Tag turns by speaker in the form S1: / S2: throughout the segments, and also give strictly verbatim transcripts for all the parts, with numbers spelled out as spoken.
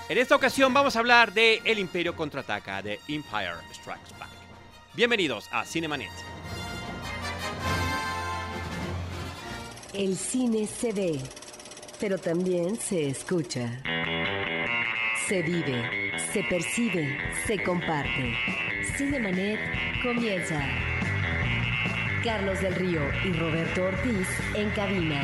S1: En esta ocasión vamos a hablar de El Imperio Contraataca, de Empire Strikes Back. Bienvenidos a Cinemanet.
S2: El cine se ve, pero también se escucha. Se vive, se percibe, se comparte. Cinemanet comienza. Carlos del Río y Roberto Ortiz en cabina.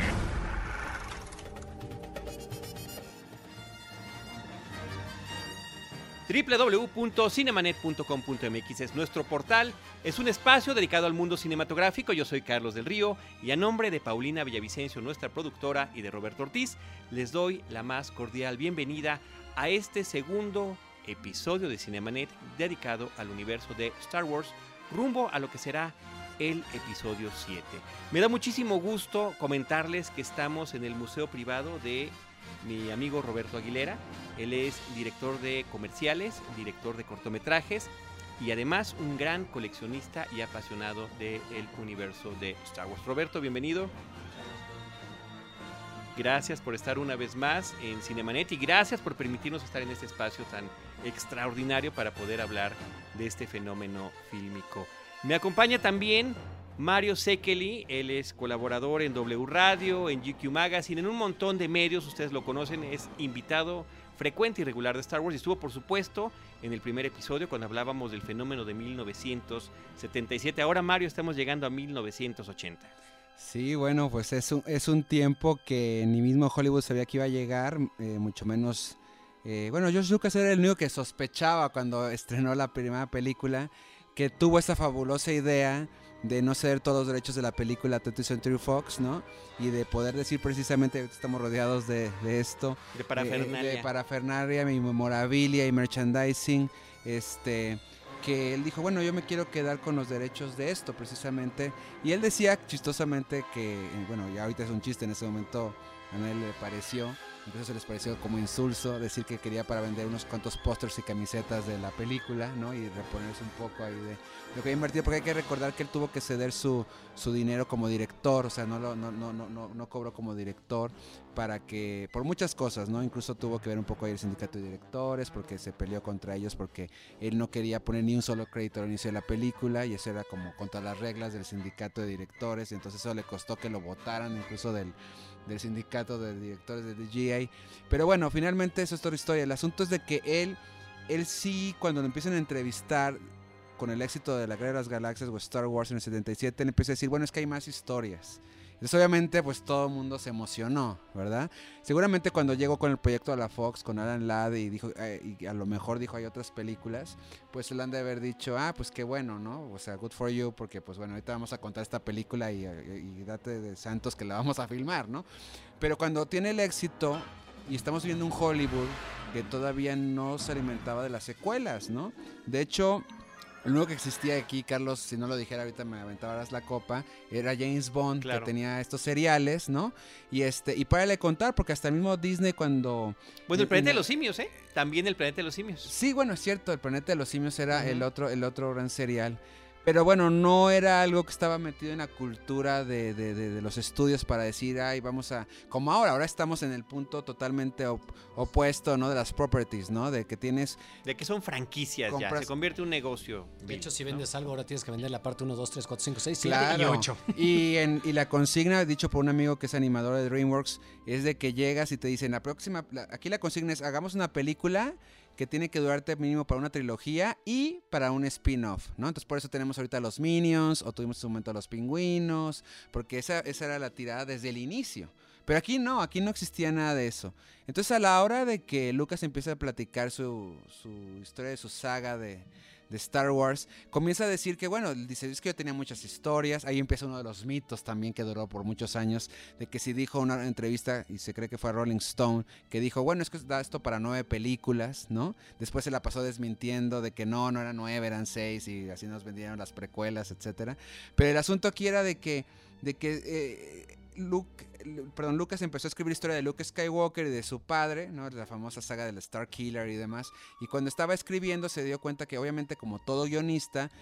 S1: doble u doble u doble u punto cinemanet punto com punto m x es nuestro portal. Es un espacio dedicado al mundo cinematográfico. Yo soy Carlos del Río y a nombre de Paulina Villavicencio, nuestra productora, y de Roberto Ortiz, les doy la más cordial bienvenida a este segundo episodio de Cinemanet dedicado al universo de Star Wars, rumbo a lo que será el episodio siete. Me da muchísimo gusto comentarles que estamos en el museo privado de mi amigo Roberto Aguilera. Él es director de comerciales, director de cortometrajes y además un gran coleccionista y apasionado del universo de Star Wars. Roberto, bienvenido. Gracias por estar una vez más en Cinemanet y gracias por permitirnos estar en este espacio tan extraordinario para poder hablar de este fenómeno fílmico. Me acompaña también Mario Sekeli. Él es colaborador en W Radio, en G Q Magazine, en un montón de medios, ustedes lo conocen, es invitado frecuente y regular de Star Wars y estuvo, por supuesto, en el primer episodio cuando hablábamos del fenómeno de mil novecientos setenta y siete. Ahora, Mario, estamos llegando a mil novecientos ochenta.
S3: Sí, bueno, pues es un, es un tiempo que ni mismo Hollywood sabía que iba a llegar, eh, mucho menos... Eh, bueno, George Lucas era el único que sospechaba cuando estrenó la primera película, que tuvo esa fabulosa idea de no ceder todos los derechos de la película a twentieth Century Fox, ¿no? Y de poder decir precisamente, estamos rodeados de, de esto.
S1: De parafernalia.
S3: De, de parafernalia, y memorabilia y merchandising, este... que él dijo, bueno, yo me quiero quedar con los derechos de esto precisamente, y él decía chistosamente que, bueno, ya ahorita es un chiste, en ese momento a nadie le pareció, incluso se les pareció como insulso decir que quería para vender unos cuantos pósters y camisetas de la película, ¿no? Y reponerse un poco ahí de lo que había invertido, porque hay que recordar que él tuvo que ceder su, su dinero como director, o sea, no, lo, no, no, no, no, no cobró como director para que, por muchas cosas, ¿no? Incluso tuvo que ver un poco ahí el sindicato de directores, porque se peleó contra ellos, porque él no quería poner ni un solo crédito al inicio de la película, y eso era como contra las reglas del sindicato de directores, y entonces eso le costó que lo votaran incluso del, del sindicato de directores de D G A. Pero bueno, finalmente eso es otra historia. El asunto es de que él, él sí, cuando lo empiezan a entrevistar con el éxito de la Guerra de las Galaxias o Star Wars en el setenta y siete, él empieza a decir, bueno, es que hay más historias. Entonces obviamente pues todo el mundo se emocionó, ¿verdad? Seguramente cuando llegó con el proyecto a la Fox, con Alan Ladd, y dijo, eh, y a lo mejor dijo hay otras películas, pues le han de haber dicho, ah, pues qué bueno, ¿no? O sea, good for you, porque pues bueno, ahorita vamos a contar esta película y, y, y date de santos que la vamos a filmar, ¿no? Pero cuando tiene el éxito y estamos viendo un Hollywood que todavía no se alimentaba de las secuelas, ¿no? De hecho... lo único que existía aquí, Carlos, si no lo dijera ahorita me aventabarás la copa, era James Bond, claro, que tenía estos seriales, ¿no? Y este y para le contar, porque hasta el mismo Disney cuando...
S1: Bueno, el Planeta de los Simios, ¿eh? También el Planeta de los Simios.
S3: Sí, bueno, es cierto, el Planeta de los Simios era uh-huh. el otro el otro gran serial. Pero bueno, no era algo que estaba metido en la cultura de, de, de, de los estudios para decir, ay, vamos a... Como ahora, ahora estamos en el punto totalmente op- opuesto, ¿no? De las properties, ¿no? De que tienes...
S1: De que son franquicias compras... ya, se convierte en un negocio.
S4: De hecho, si vendes, ¿no?, algo, ahora tienes que vender la parte uno, dos, tres, cuatro, cinco, seis,
S3: claro.
S4: siete y ocho.
S3: Y, en, y la consigna, dicho por un amigo que es animador de DreamWorks, es de que llegas y te dicen, la próxima... La, aquí la consigna es, hagamos una película que tiene que durarte mínimo para una trilogía y para un spin-off, ¿no? Entonces por eso tenemos ahorita los Minions, o tuvimos en su momento a los Pingüinos, porque esa, esa era la tirada desde el inicio. Pero aquí no, aquí no existía nada de eso. Entonces a la hora de que Lucas empieza a platicar su, su historia de su saga de, de Star Wars, comienza a decir que, bueno, dice, es que yo tenía muchas historias. Ahí empieza uno de los mitos también que duró por muchos años, de que si dijo una entrevista, y se cree que fue a Rolling Stone, que dijo, bueno, es que da esto para nueve películas, ¿no? Después se la pasó desmintiendo de que no, no eran nueve, eran seis, y así nos vendieron las precuelas, etcétera. Pero el asunto aquí era de que, de que eh, Luke... Perdón, Lucas empezó a escribir historia de Luke Skywalker y de su padre, ¿no? La famosa saga del Star Killer y demás. Y cuando estaba escribiendo se dio cuenta que obviamente, como todo guionista,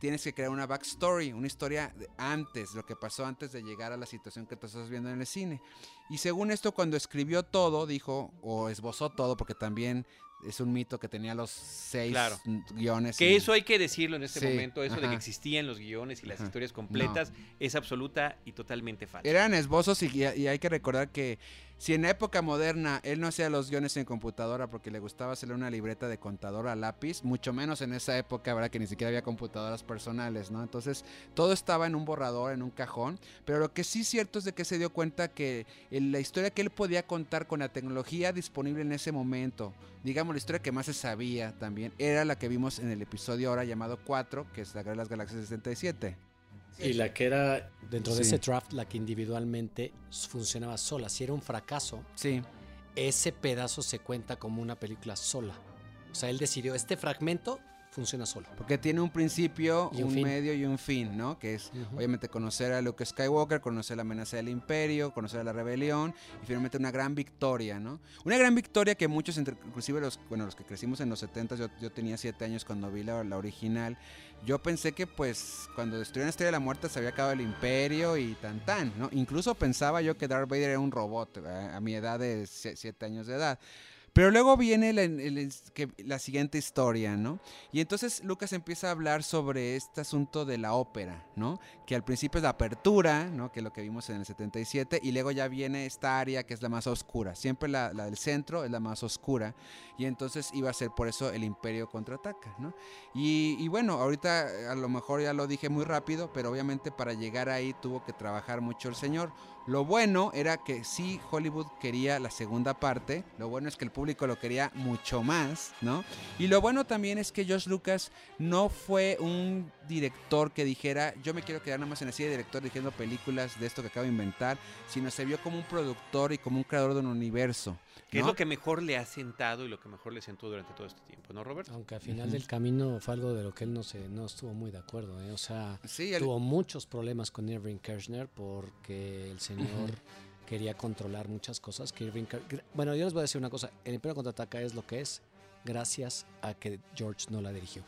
S3: tienes que crear una backstory, una historia de antes, lo que pasó antes de llegar a la situación que te estás viendo en el cine. Y según esto, cuando escribió todo, dijo, o esbozó todo, porque también es un mito que tenía los seis
S1: Claro.
S3: guiones.
S1: Que
S3: y-
S1: eso hay que decirlo en este
S3: Sí,
S1: momento, eso de
S3: ajá.
S1: que existían los guiones y las
S3: Ajá.
S1: historias completas es absoluta y totalmente falso.
S3: Eran esbozos y, y hay que recordar que si en la época moderna él no hacía los guiones en computadora porque le gustaba hacerle una libreta de contador a lápiz, mucho menos en esa época, ¿verdad? Que ni siquiera había computadoras personales, ¿no? Entonces todo estaba en un borrador, en un cajón, pero lo que sí es cierto es de que se dio cuenta que el- la historia que él podía contar con la tecnología disponible en ese momento, digamos la historia que más se sabía también, era la que vimos en el episodio ahora llamado cuatro, que es la Guerra de las Galaxias sesenta y siete.
S4: Y la que era, dentro de
S3: Sí.
S4: ese draft, la que individualmente funcionaba sola. Si era un fracaso,
S3: Sí.
S4: ese pedazo se cuenta como una película sola. O sea, él decidió, este fragmento funciona solo.
S3: Porque tiene un principio,
S4: Y
S3: un,
S4: un fin.
S3: medio y un fin, ¿no? Que es
S4: Ujú.
S3: obviamente conocer a Luke Skywalker, conocer la amenaza del Imperio, conocer a la rebelión y finalmente una gran victoria, ¿no? Una gran victoria que muchos, entre- inclusive los, bueno, los que crecimos en los setentas, yo, yo tenía siete años cuando vi la, la original, yo pensé que pues cuando destruyeron la Estrella de la Muerte se había acabado el Imperio y tan tan, ¿no? Incluso pensaba yo que Darth Vader era un robot a, a mi edad de siete años de edad. Pero luego viene la, el- el- que- la siguiente historia, ¿no? Y entonces Lucas empieza a hablar sobre este asunto de la ópera, ¿no? Que al principio es la apertura, ¿no? Que es lo que vimos en el setenta y siete, y luego ya viene esta área que es la más oscura. Siempre la, la del centro es la más oscura, y entonces iba a ser por eso el Imperio contraataca, ¿no? Y, y bueno, ahorita a lo mejor ya lo dije muy rápido, pero obviamente para llegar ahí tuvo que trabajar mucho el señor. Lo bueno era que sí Hollywood quería la segunda parte, lo bueno es que el público lo quería mucho más, ¿no? Y lo bueno también es que George Lucas no fue un director que dijera, yo me quiero quedar nada más en el cine de director dirigiendo películas de esto que acabo de inventar, sino se vio como un productor y como un creador de un universo,
S1: Que es
S3: ¿no?
S1: lo que mejor le ha sentado y lo que mejor le sentó durante todo este tiempo, ¿no, Roberto?
S4: Aunque al final
S3: Ujú.
S4: del camino fue algo de lo que él no se no estuvo muy de acuerdo, ¿eh? O sea,
S3: Sí, el-
S4: tuvo muchos problemas con Irving Kershner porque el señor quería controlar muchas cosas. Que Irving Ker- bueno, yo les voy a decir una cosa, el Imperio Contraataca es lo que es gracias a que George no la dirigió.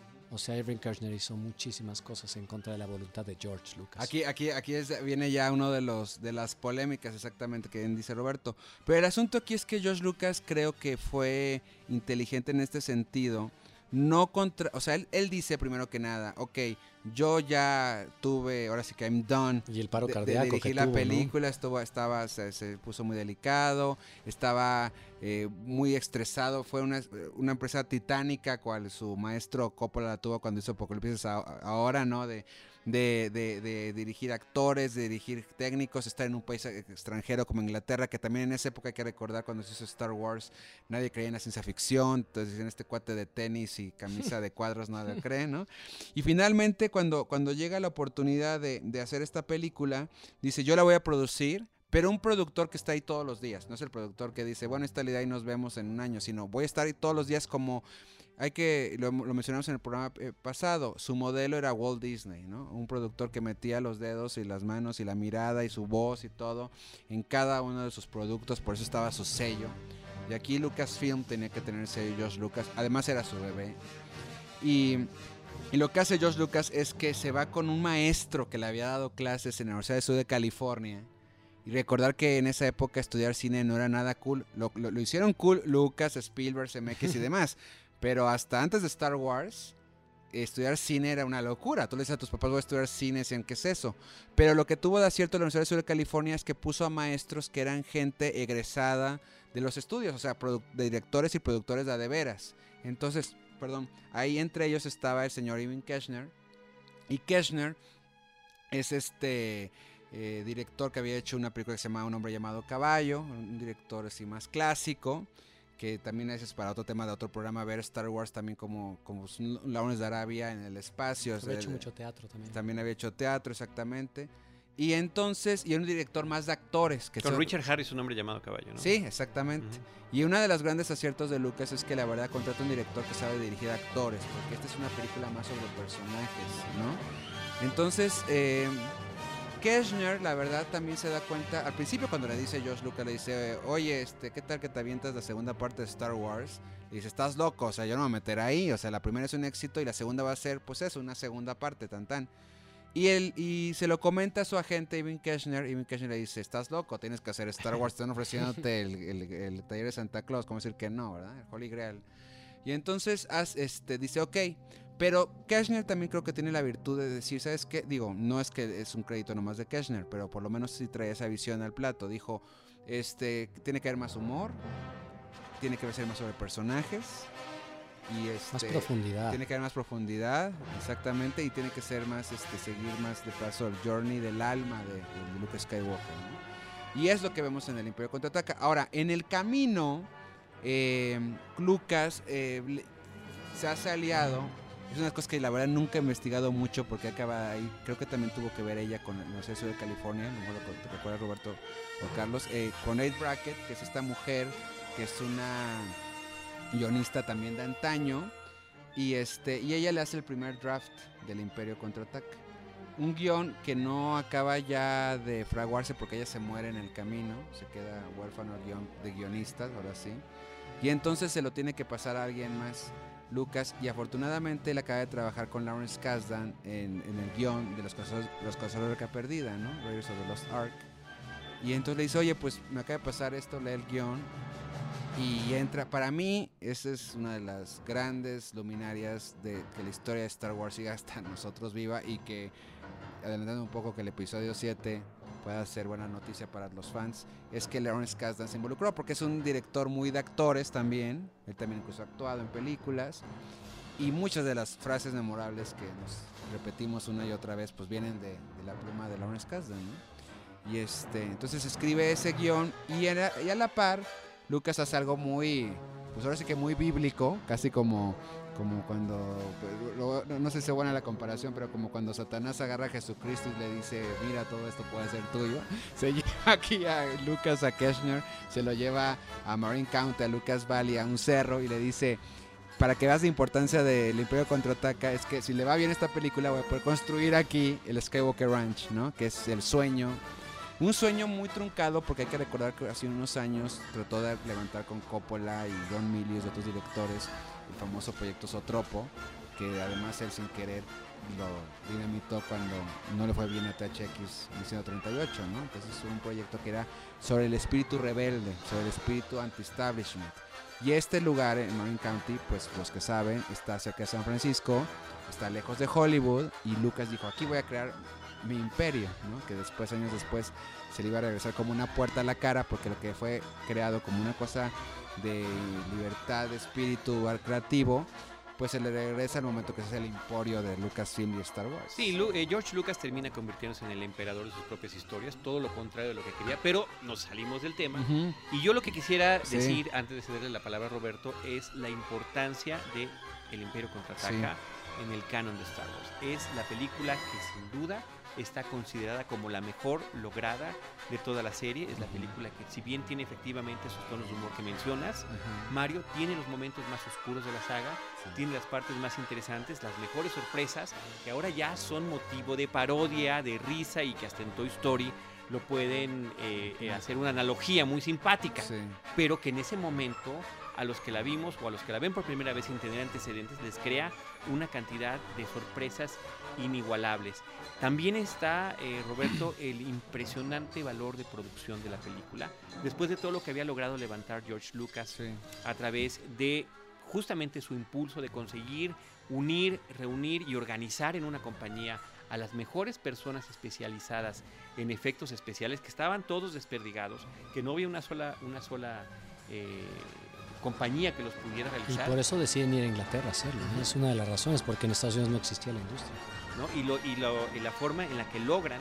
S4: O sea, Irving Kershner hizo muchísimas cosas en contra de la voluntad de George Lucas.
S3: Aquí, aquí, aquí es- viene ya uno de los de las polémicas exactamente que bien dice Roberto. Pero el asunto aquí es que George Lucas creo que fue inteligente en este sentido. No contra, o sea, él, él dice primero que nada, ok, yo ya tuve, ahora sí que I'm done.
S4: Y el paro
S3: de- de
S4: cardíaco
S3: dirigir
S4: que
S3: la
S4: tuvo, ¿no?
S3: película, estuvo, estaba, se, se puso muy delicado, estaba eh, muy estresado, fue una, una empresa titánica cual su maestro Coppola la tuvo cuando hizo Apocalipsis a- ahora, ¿no? De, de, de, de dirigir actores, de dirigir técnicos, estar en un país extranjero como Inglaterra, que también en esa época hay que recordar cuando se hizo Star Wars, nadie creía en la ciencia ficción, entonces en este cuate de tenis y camisa de cuadros nadie cree, ¿no? Y finalmente cuando, cuando llega la oportunidad de, de hacer esta película, dice yo la voy a producir, pero un productor que está ahí todos los días, no es el productor que dice, bueno, esta idea y nos vemos en un año, sino voy a estar ahí todos los días como, hay que, lo, lo mencionamos en el programa eh, pasado, su modelo era Walt Disney, ¿no? Un productor que metía los dedos y las manos y la mirada y su voz y todo en cada uno de sus productos, por eso estaba su sello. Y aquí Lucasfilm tenía que tener sello George Lucas, además era su bebé. Y... Y lo que hace George Lucas es que se va con un maestro que le había dado clases en la Universidad del Sur de California. Y recordar que en esa época estudiar cine no era nada cool. Lo, lo, lo hicieron cool Lucas, Spielberg, Zemeckis y demás. Pero hasta antes de Star Wars, estudiar cine era una locura. Tú le dices a tus papás, voy a estudiar cine, decían, ¿qué es eso? Pero lo que tuvo de acierto la Universidad del Sur de California es que puso a maestros que eran gente egresada de los estudios, o sea, produ- de directores y productores de a de veras. Entonces, perdón, ahí entre ellos estaba el señor Irving Kershner. Y Kershner es este eh, director que había hecho una película que se llama Un hombre llamado Caballo, un director así más clásico, que también es para otro tema de otro programa, ver Star Wars también como, como Lawrence de Arabia en el espacio.
S4: Había
S3: o sea,
S4: hecho mucho teatro también.
S3: También había hecho teatro, exactamente. Y entonces, y era un director más de actores. Que
S1: Con
S3: so-
S1: Richard Harris, un hombre llamado Caballo, ¿no?
S3: Sí, exactamente.
S1: Ujú.
S3: Y uno de los grandes aciertos de Lucas es que la verdad contrata un director que sabe dirigir actores, porque esta es una película más sobre personajes, ¿no? Entonces, eh, Keshner, la verdad, también se da cuenta, al principio cuando le dice George Lucas, le dice, oye, este, ¿qué tal que te avientas la segunda parte de Star Wars? Le dice, estás loco, o sea, yo no me voy a meter ahí, o sea, la primera es un éxito y la segunda va a ser, pues eso, una segunda parte, tan tan. Y él, y se lo comenta a su agente, Irving Keshner, Irving Keshner le dice, estás loco, tienes que hacer Star Wars, están ofreciéndote el, el, el taller de Santa Claus, ¿cómo decir que no, verdad? El Holy Grail. Y entonces este, dice, ok, pero Keshner también creo que tiene la virtud de decir, ¿sabes qué? Digo, no es que es un crédito nomás de Keshner, pero por lo menos sí trae esa visión al plato. Dijo, este, tiene que haber más humor, tiene que ser más sobre personajes. Y este,
S4: más profundidad.
S3: Tiene que haber más profundidad, exactamente, y tiene que ser más, este, seguir más de paso el journey del alma de, de Luke Skywalker, ¿no? Y es lo que vemos en el Imperio Contraataca. Ahora, en el camino... Eh, Lucas eh, se hace aliado. Es una cosa que la verdad nunca he investigado mucho porque acaba ahí. Creo que también tuvo que ver ella con el Universidad de California. No me acuerdo, te recuerdas, Roberto o Carlos, eh, con Aid Brackett, que es esta mujer que es una guionista también de antaño. Y, este, y ella le hace el primer draft del Imperio Contraataca. Un guión que no acaba ya de fraguarse porque ella se muere en el camino. Se queda huérfano de, guion, de guionistas, ahora sí. Y entonces se lo tiene que pasar a alguien más, Lucas. Y afortunadamente él acaba de trabajar con Lawrence Kasdan en, en el guión de Los Cazadores, los Cazadores de Arca Perdida, ¿no? Raiders of the Lost Ark. Y entonces le dice, oye, pues me acaba de pasar esto, lee el guión. Y entra, para mí, esa es una de las grandes luminarias de que la historia de Star Wars siga hasta nosotros viva y que, adelantando un poco que el episodio siete pueda ser buena noticia para los fans, es que Lawrence Kasdan se involucró porque es un director muy de actores también, él también incluso ha actuado en películas y muchas de las frases memorables que nos repetimos una y otra vez pues vienen de, de la pluma de Lawrence Kasdan, ¿no? Y este, entonces escribe ese guión y a, y a la par Lucas hace algo muy, pues ahora sí que muy bíblico, casi como, como cuando, no, no sé si es buena la comparación, pero como cuando Satanás agarra a Jesucristo y le dice, mira, todo esto puede ser tuyo. Se lleva aquí a Lucas, a Keshner, se lo lleva a Marin County, a Lucas Valley, a un cerro y le dice, para que veas la importancia del Imperio Contraataca, es que si le va bien esta película voy a poder construir aquí el Skywalker Ranch, ¿no? Que es el sueño. Un sueño muy truncado porque hay que recordar que hace unos años trató de levantar con Coppola y Don Milius y otros directores el famoso proyecto Zotropo, que además él sin querer lo dinamitó cuando no le fue bien a T H X mil ciento treinta y ocho, ¿no? Entonces es un proyecto que era sobre el espíritu rebelde, sobre el espíritu anti-establishment. Y este lugar en Marin County, pues los que saben, está cerca de San Francisco, está lejos de Hollywood y Lucas dijo, aquí voy a crear mi imperio, ¿no? Que después, años después, se le iba a regresar como una puerta a la cara porque lo que fue creado como una cosa de libertad de espíritu creativo, pues se le regresa al momento que se hace el emporio de Lucasfilm y Star Wars.
S1: Sí, Lu eh, George Lucas termina convirtiéndose en el emperador de sus propias historias, todo lo contrario de lo que quería, pero nos salimos del tema. Uh-huh. Y yo lo que quisiera sí. decir, antes de cederle la palabra a Roberto, es la importancia de El Imperio Contraataca sí. en el canon de Star Wars. Es la película que sin duda está considerada como la mejor lograda de toda la serie. Es la película que, si bien tiene efectivamente esos tonos de humor que mencionas, uh-huh. Mario, tiene los momentos más oscuros de la saga, sí. tiene las partes más interesantes, las mejores sorpresas, que ahora ya son motivo de parodia, de risa, y que hasta en Toy Story lo pueden eh, eh, hacer una analogía muy simpática, sí. pero que en ese momento a los que la vimos o a los que la ven por primera vez sin tener antecedentes les crea una cantidad de sorpresas inigualables. También está, eh, Roberto, el impresionante valor de producción de la película, después de todo lo que había logrado levantar George Lucas sí. a través de justamente su impulso de conseguir unir, reunir y organizar en una compañía a las mejores personas especializadas en efectos especiales, que estaban todos desperdigados, que no había una sola, una sola eh, compañía que los pudiera realizar.
S4: Y por eso deciden ir a Inglaterra a hacerlo, ¿no? Es una de las razones, porque en Estados Unidos no existía la industria,
S1: ¿no? Y, lo, y, lo, y la forma en la que logran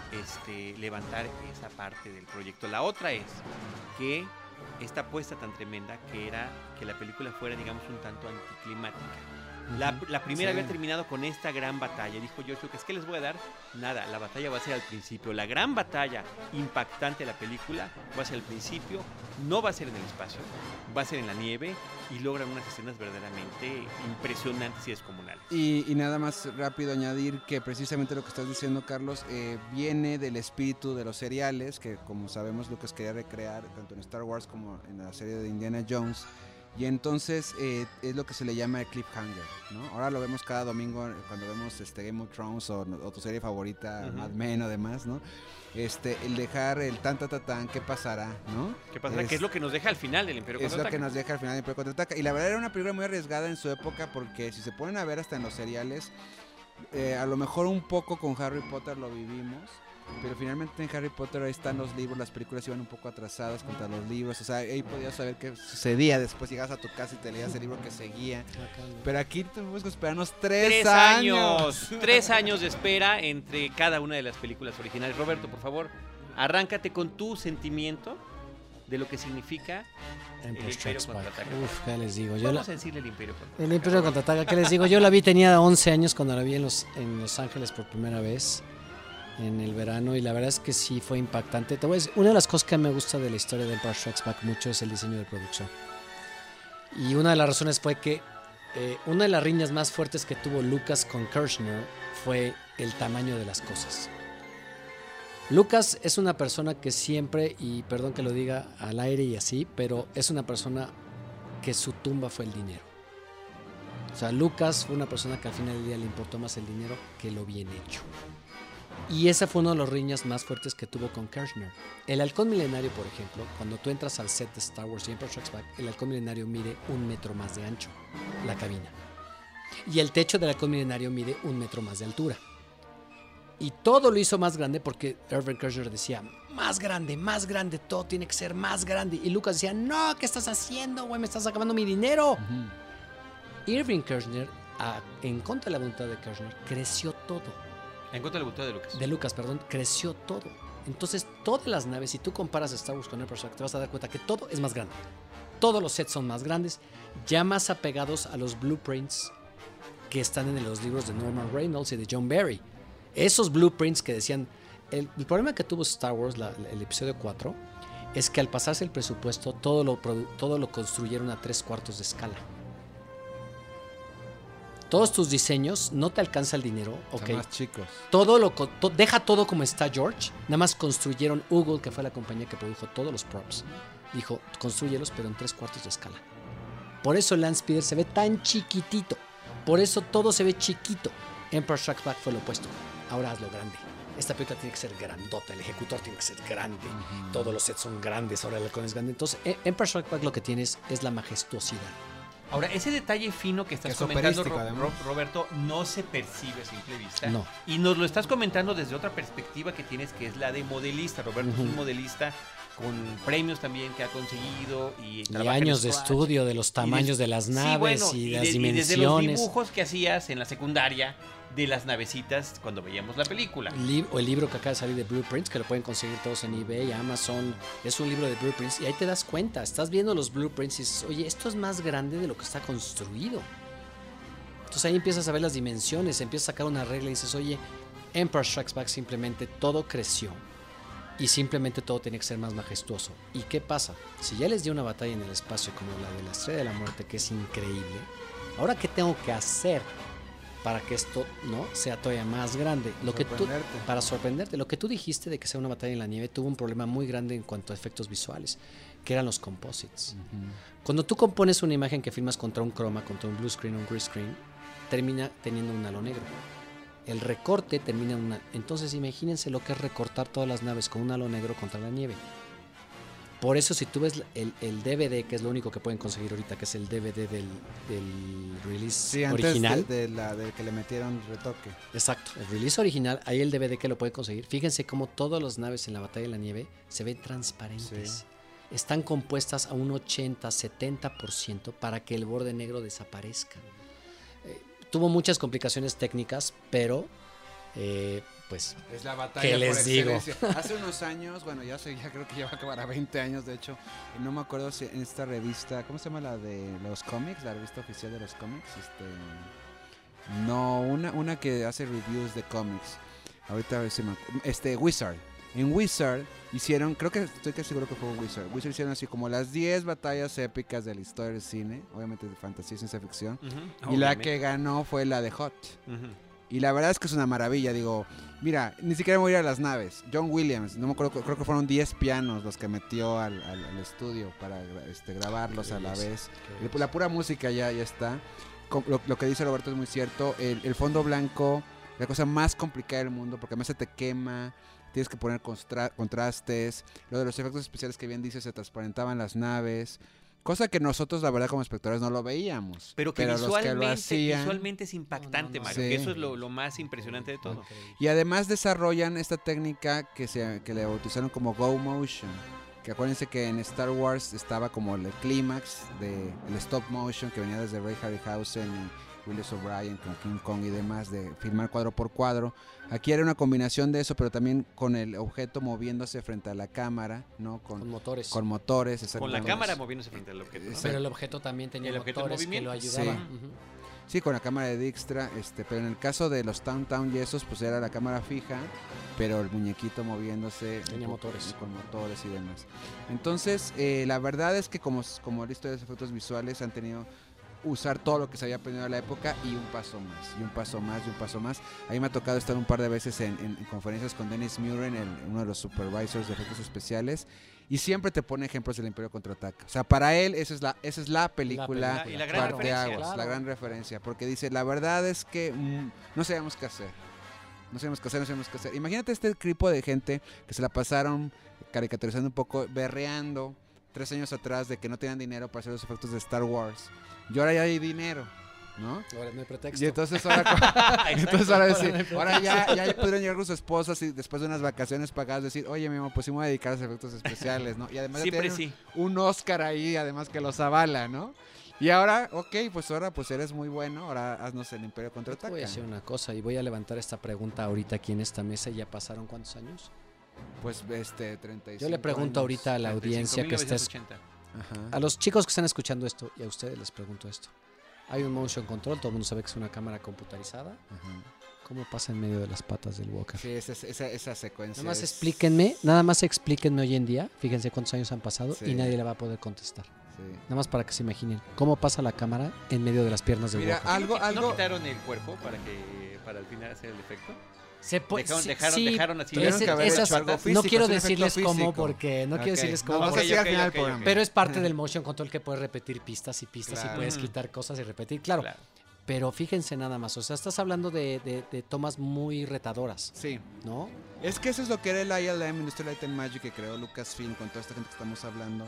S1: este, levantar esa parte del proyecto. La otra es que esta apuesta tan tremenda que era que la película fuera, digamos, un tanto anticlimática. La, la primera
S3: Sí.
S1: había terminado con esta gran batalla. Dijo George Lucas, ¿qué les voy a dar? Nada, la batalla va a ser al principio. La gran batalla impactante de la película va a ser al principio. No va a ser en el espacio, va a ser en la nieve y logran unas escenas verdaderamente impresionantes y descomunales.
S3: Y, y nada más rápido añadir que precisamente lo que estás diciendo, Carlos, eh, viene del espíritu de los seriales, que como sabemos Lucas quería recrear tanto en Star Wars como en la serie de Indiana Jones. Y entonces eh, es lo que se le llama el cliffhanger, ¿no? Ahora lo vemos cada domingo cuando vemos este Game of Thrones o, o tu serie favorita,
S1: Uh-huh.
S3: Mad Men o demás, ¿no? Este, el dejar el tan ta ta tan, ¿qué pasará, no?
S1: ¿Qué pasará?
S3: Es-
S1: ¿Qué es lo que nos deja al final del Imperio
S3: Es lo
S1: Contraataca?
S3: que nos deja al final de Imperio Contraataca. Y la verdad era una película muy arriesgada en su época porque si se ponen a ver hasta en los seriales, eh, a lo mejor un poco con Harry Potter lo vivimos, pero finalmente en Harry Potter ahí están los libros, las películas iban un poco atrasadas contra los libros, o sea, ahí podías saber qué sucedía, después llegabas a tu casa y te leías el libro que seguía. Pero aquí tuvimos que esperarnos tres,
S1: Tres
S3: años.
S1: años. Tres años de espera entre cada una de las películas originales. Roberto, por favor, arráncate con tu sentimiento de lo que significa
S4: Empire
S1: el
S4: Strikes
S1: Imperio
S4: Back.
S1: Contraataca.
S4: Uf, ¿qué les digo? Yo la,
S1: Vamos a decirle el Imperio Contraataca.
S4: el Imperio Contraataca, ¿qué les digo? Yo la vi, tenía once años cuando la vi en Los, en Los Ángeles por primera vez, en el verano, y la verdad es que sí fue impactante. Te voy a decir, una de las cosas que me gusta de la historia de Empire Strikes Back mucho es el diseño de producción. Y una de las razones fue que eh, una de las riñas más fuertes que tuvo Lucas con Kershner fue el tamaño de las cosas. Lucas es una persona que siempre, y perdón que lo diga al aire y así, pero es una persona que su tumba fue el dinero. O sea, Lucas fue una persona que al final del día le importó más el dinero que lo bien hecho. Y esa fue una de las riñas más fuertes que tuvo con Kershner. El halcón milenario, por ejemplo, cuando tú entras al set de Star Wars y Empire Strikes Back, el halcón milenario mide un metro más de ancho, la cabina. Y el techo del halcón milenario mide un metro más de altura. Y todo lo hizo más grande porque Irving Kershner decía, más grande, más grande, todo tiene que ser más grande. Y Lucas decía, no, ¿qué estás haciendo, güey? Me estás acabando mi dinero.
S3: Ujú.
S4: Irving Kershner, a- en contra de la voluntad de Kershner, creció todo.
S1: En contra de la voluntad de Lucas.
S4: De Lucas, perdón, creció todo. Entonces, todas las naves, si tú comparas Star Wars con Empire Strikes Back, te vas a dar cuenta que todo es más grande. Todos los sets son más grandes, ya más apegados a los blueprints que están en los libros de Norman Reynolds y de John Barry. Esos blueprints que decían... El, el problema que tuvo Star Wars, la- la- el episodio cuatro, es que al pasarse el presupuesto, todo lo, produ- todo lo construyeron a tres cuartos de escala. Todos tus diseños, no te alcanza el dinero,
S3: Son
S4: ok.
S3: más chicos.
S4: Todo lo, co- to- deja todo como está George. Nada más construyeron Google, que fue la compañía que produjo todos los props. Dijo, construyelos, pero en tres cuartos de escala. Por eso Land Speeder se ve tan chiquitito. Por eso todo se ve chiquito. Empire Strikes Back fue lo opuesto. Ahora hazlo grande. Esta película tiene que ser grandota. El ejecutor tiene que ser grande. Todos los sets son grandes. Ahora el halcón es grande. Entonces, E- Empire Strikes Back lo que tienes es la majestuosidad.
S1: Ahora, ese detalle fino que estás
S3: Es
S1: comentando,
S3: operístico,
S1: Ro-
S3: además.
S1: Ro- Roberto, no se percibe a simple vista.
S4: No.
S1: Y nos lo estás comentando desde otra perspectiva que tienes, que es la de modelista. Roberto es un
S4: Ujú.
S1: modelista con premios también que ha conseguido y,
S4: Y
S1: trabaja en
S4: años de
S1: Scratch.
S4: estudio de los
S1: Y
S4: tamaños
S1: des-
S4: de las
S1: sí,
S4: naves
S1: bueno,
S4: y,
S1: de-
S4: las
S1: desde los
S4: dimensiones.
S1: dibujos que hacías en la secundaria de las navecitas cuando veíamos la película.
S4: Lib- o el libro que acaba de salir de Blueprints, que lo pueden conseguir todos en eBay, Amazon. Es un libro de Blueprints y ahí te das cuenta. Estás viendo los Blueprints y dices, oye, esto es más grande de lo que está construido. Entonces ahí empiezas a ver las dimensiones, empiezas a sacar una regla y dices, oye, Empire Strikes Back simplemente todo creció y simplemente todo tiene que ser más majestuoso. ¿Y qué pasa? Si ya les dio una batalla en el espacio como la de la Estrella de la Muerte, que es increíble, ¿ahora qué tengo que hacer para que esto no sea todavía más grande? Lo que tú,
S3: Sorprenderte.
S4: para sorprenderte, lo que tú dijiste de que sea una batalla en la nieve tuvo un problema muy grande en cuanto a efectos visuales, que eran los composites. Cuando tú compones una imagen que filmas contra un croma, contra un blue screen o un green screen, termina teniendo un halo negro. El recorte termina en una... Entonces imagínense lo que es recortar todas las naves con un halo negro contra la nieve. Por eso si tú ves el, el D V D, que es lo único que pueden conseguir ahorita, que es el D V D del, del release
S3: Sí, antes
S4: original.
S3: de, de la de que le metieron retoque.
S4: Exacto, el release original, ahí el D V D que lo pueden conseguir. Fíjense cómo todas las naves en la batalla de la nieve se ven transparentes.
S3: Sí.
S4: Están compuestas a un ochenta, setenta por ciento para que el borde negro desaparezca. Eh, tuvo muchas complicaciones técnicas, pero eh, pues
S3: Es la batalla
S4: ¿Qué
S3: por
S4: les digo?
S3: excelencia. Hace unos años, bueno, ya sé, ya creo que ya va a acabar a veinte años, de hecho. Y no me acuerdo si en esta revista, ¿cómo se llama la de los cómics? La revista oficial de los cómics. Este, no, una, una que hace reviews de cómics. Ahorita a ver si me acuerdo. Este, Wizard. En Wizard hicieron, creo que estoy casi seguro que fue Wizard. Wizard hicieron así como las diez batallas épicas de la historia del cine, obviamente de fantasía y ciencia ficción.
S1: Uh-huh.
S3: Y la que ganó fue la de Hot.
S1: Uh-huh.
S3: Y la verdad es que es una maravilla, digo, mira, ni siquiera voy a ir a las naves. John Williams, no me acuerdo, creo que fueron diez pianos los que metió al, al, al estudio para este, grabarlos a la vez. El, la pura música ya, ya está. Lo, lo que dice Roberto es muy cierto. El, el fondo blanco, la cosa más complicada del mundo, porque además se te quema, tienes que poner constra- contrastes. Lo de los efectos especiales que bien dice, se transparentaban las naves. Cosa que nosotros, la verdad, como espectadores no lo veíamos.
S1: Pero que,
S3: pero
S1: visualmente,
S3: los que lo hacían,
S1: visualmente es impactante,
S4: No, no, no,
S1: Mario,
S3: sí.
S1: que eso es lo, lo más impresionante de todo.
S3: y además desarrollan esta técnica que se que le bautizaron como Go Motion. Que acuérdense que en Star Wars estaba como el clímax del stop motion que venía desde Ray Harryhausen y Willis O'Brien con King Kong y demás, de filmar cuadro por cuadro. Aquí era una combinación de eso, pero también con el objeto moviéndose frente a la cámara, ¿no? Con,
S4: Con motores.
S3: con motores.
S1: Con la
S3: exactamente.
S1: cámara moviéndose frente al objeto, ¿no?
S4: Pero el objeto también tenía
S1: El objeto en
S4: motores que lo
S1: movimiento.
S4: ayudaban.
S3: Sí.
S4: Ujú.
S3: Sí, con la cámara de Dijkstra, este, pero en el caso de los Town Town y esos, pues era la cámara fija, pero el muñequito moviéndose
S4: Tenía
S3: un poco,
S4: motores.
S3: con motores y demás. Entonces, eh, la verdad es que como, como la historia de los efectos visuales han tenido usar todo lo que se había aprendido en la época y un paso más, y un paso más, y un paso más. A mí me ha tocado estar un par de veces en, en, en conferencias con Dennis Muren, el, uno de los supervisors de efectos especiales, y siempre te pone ejemplos del Imperio Contraataca. O sea, para él esa es la, esa es la película,
S1: película. Y la gran
S3: parteaguas,
S1: referencia.
S4: Claro.
S3: la gran referencia, porque dice, la verdad es que mm, no sabíamos qué hacer. No sabíamos qué hacer, no sabíamos qué hacer. Imagínate este grupo de gente que se la pasaron caricaturizando un poco, berreando tres años atrás de que no tenían dinero para hacer los efectos de Star Wars. Y ahora ya hay dinero, ¿no?
S4: Ahora no hay pretexto.
S3: Y entonces ahora, entonces ahora, decir,
S4: Ahora no hay
S3: ahora ya, ya pudieron llegar con sus esposas y después de unas vacaciones pagadas decir, oye, mi amor, pues sí me voy a dedicar a los efectos especiales, ¿no? Y además ya
S1: Siempre
S3: tienen
S1: sí.
S3: un Oscar ahí, además que los avala, ¿no? Y ahora, ok, pues ahora pues eres muy bueno, ahora haznos el Imperio
S4: Yo te
S3: Contraataca.
S4: voy a decir una cosa y voy a levantar esta pregunta ahorita aquí en esta mesa. ¿Ya pasaron cuántos años?
S3: Pues este, treinta y cinco
S4: Yo le pregunto
S3: años.
S4: ahorita a la audiencia que estés,
S1: treinta y cinco mil novecientos ochenta.
S3: Ajá.
S4: a los chicos que están escuchando esto y a ustedes les pregunto esto. Hay un motion control, todo el mundo sabe que es una cámara computarizada.
S3: Ajá.
S4: ¿Cómo pasa en medio de las patas del Walker?
S3: Sí, esa, esa, esa secuencia.
S4: Nada más
S3: es-
S4: explíquenme, nada más explíquenme hoy en día, fíjense cuántos años han pasado
S3: Sí.
S4: y nadie le va a poder contestar.
S3: Sí.
S4: Nada más para que se imaginen cómo pasa la cámara en medio de las piernas del
S3: Mira,
S4: Walker.
S3: algo,
S1: ¿No
S3: algo.
S1: quitaron el cuerpo para que para al final hacer el efecto?
S4: Se po-
S1: Dejaron-
S4: sí,
S1: dejaron-
S4: sí,
S1: dejaron así.
S3: Tuvieron
S4: ese-
S3: que haber
S4: esas-
S3: hecho algo
S4: no
S3: físico,
S4: quiero
S3: es un efecto
S4: decirles cómo
S3: físico.
S4: porque no
S3: Ok,
S4: quiero decirles
S3: no
S4: cómo
S3: vas a
S1: Ok,
S3: decir al
S1: ok,
S3: final
S1: ok,
S3: del programa.
S1: ok.
S4: pero es parte del motion control que puedes repetir pistas y pistas
S3: Claro.
S4: y puedes
S1: Mm.
S4: quitar cosas y repetir, claro,
S1: Claro.
S4: pero fíjense nada más, o sea, estás hablando de, de- de tomas muy retadoras,
S3: Sí.
S4: ¿no?
S3: Es que eso es lo que era el I L M, Industrial Light and Magic, que creó Lucasfilm con toda esta gente que estamos hablando.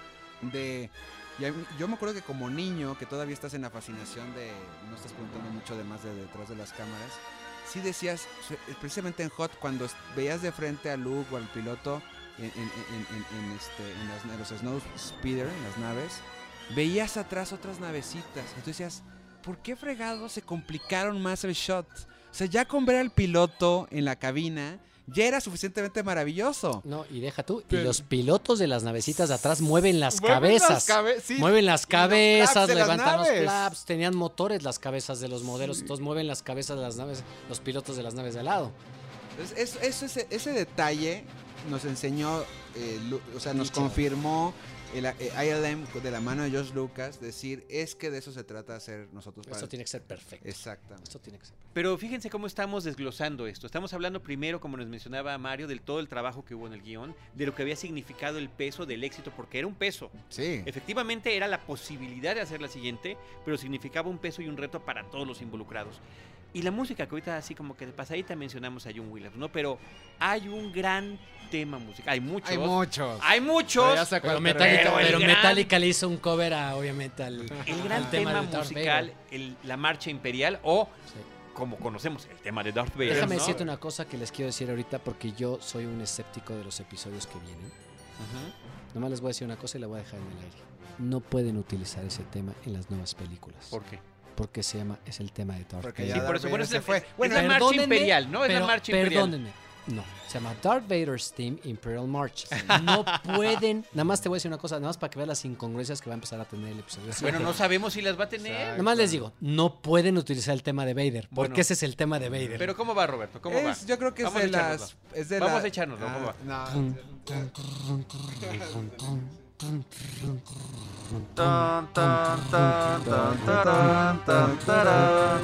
S3: De. y a mí- yo me acuerdo que como niño, que todavía estás en la fascinación de. No estás preguntando mucho de más de detrás de las cámaras. Sí decías, precisamente en Hot, cuando est- veías de frente a Luke o al piloto en, en- en- en- en este, en, las, en los Snow Speeder, en las naves, veías atrás otras navecitas. Y tú decías, ¿por qué fregados se complicaron más el shot? O sea, ya con ver al piloto en la cabina ya era suficientemente maravilloso.
S4: No, y deja tú, y
S3: Pero-
S4: los pilotos de las navecitas de atrás mueven las
S3: Mueven
S4: cabezas.
S3: las cabe- sí,
S4: Mueven las
S3: y los
S4: cabezas,
S3: flaps de las
S4: levantan los
S3: naves.
S4: flaps, tenían motores las cabezas de los modelos,
S3: Sí.
S4: entonces mueven las cabezas de las naves, los pilotos de las naves de al lado.
S3: Entonces, eso- eso- ese, ese detalle nos enseñó, eh, Lu- o sea, nos
S4: Dicho.
S3: confirmó el eh, I L M de la mano de George Lucas, decir, es que de eso se trata hacer nosotros. para-
S4: Esto tiene que ser perfecto.
S3: Exactamente.
S4: Esto tiene que ser.
S1: Pero fíjense cómo estamos desglosando esto. Estamos hablando primero, como nos mencionaba Mario, del todo el trabajo que hubo en el guión, de lo que había significado el peso del éxito, porque era un peso.
S3: Sí.
S1: Efectivamente era la posibilidad de hacer la siguiente, pero significaba un peso y un reto para todos los involucrados. Y la música, que ahorita así como que de pasadita mencionamos a John Williams, ¿no? Pero hay un gran tema musical. Hay muchos.
S3: Hay muchos.
S1: Hay muchos.
S3: Pero ya sé a cuál
S4: Pero
S3: te
S4: Metallica,
S1: Pero el
S4: pero
S1: gran-
S4: Metallica le hizo un cover a, obviamente al,
S1: El gran
S4: al
S1: tema,
S4: de Darth
S1: musical,
S4: Vader.
S1: el- la marcha imperial o,
S4: Sí.
S1: como conocemos, el tema de Darth Vader.
S4: Déjame
S1: ¿no?
S4: decirte una cosa que les quiero decir ahorita porque yo soy un escéptico de los episodios que vienen.
S1: Ujú.
S4: Nomás les voy a decir una cosa y la voy a dejar en el aire. No pueden utilizar ese tema en las nuevas películas.
S1: ¿Por qué?
S4: porque se llama, es el tema de Darth
S3: Porque
S4: Vader.
S3: ya
S1: Sí, por eso,
S3: Darth
S1: bueno,
S3: Vader
S1: es
S3: se
S1: la,
S3: fue.
S1: es
S3: Bueno,
S1: la marcha
S4: Perdónenme,
S1: imperial, ¿no? Es
S4: pero-
S1: la marcha imperial.
S4: Perdónenme. No, se llama Darth Vader's Theme Imperial March. No pueden. Nada más te voy a decir una cosa, nada más para que veas las incongruencias que va a empezar a tener el episodio.
S1: Bueno, no sabemos si las va a tener.
S4: Nada más les digo, no pueden utilizar el tema de Vader, porque
S1: Bueno.
S4: ese es el tema de Vader.
S1: Pero ¿cómo va, Roberto? ¿Cómo va?
S3: Es- yo creo que
S1: Vamos
S3: es de
S1: a
S3: las...
S1: echárnoslo.
S3: Es de
S1: Vamos
S3: la-
S1: a echárnoslo, ¿cómo va?
S3: no,
S5: Tan, tan, tan, tan, tarán, tan, tarán.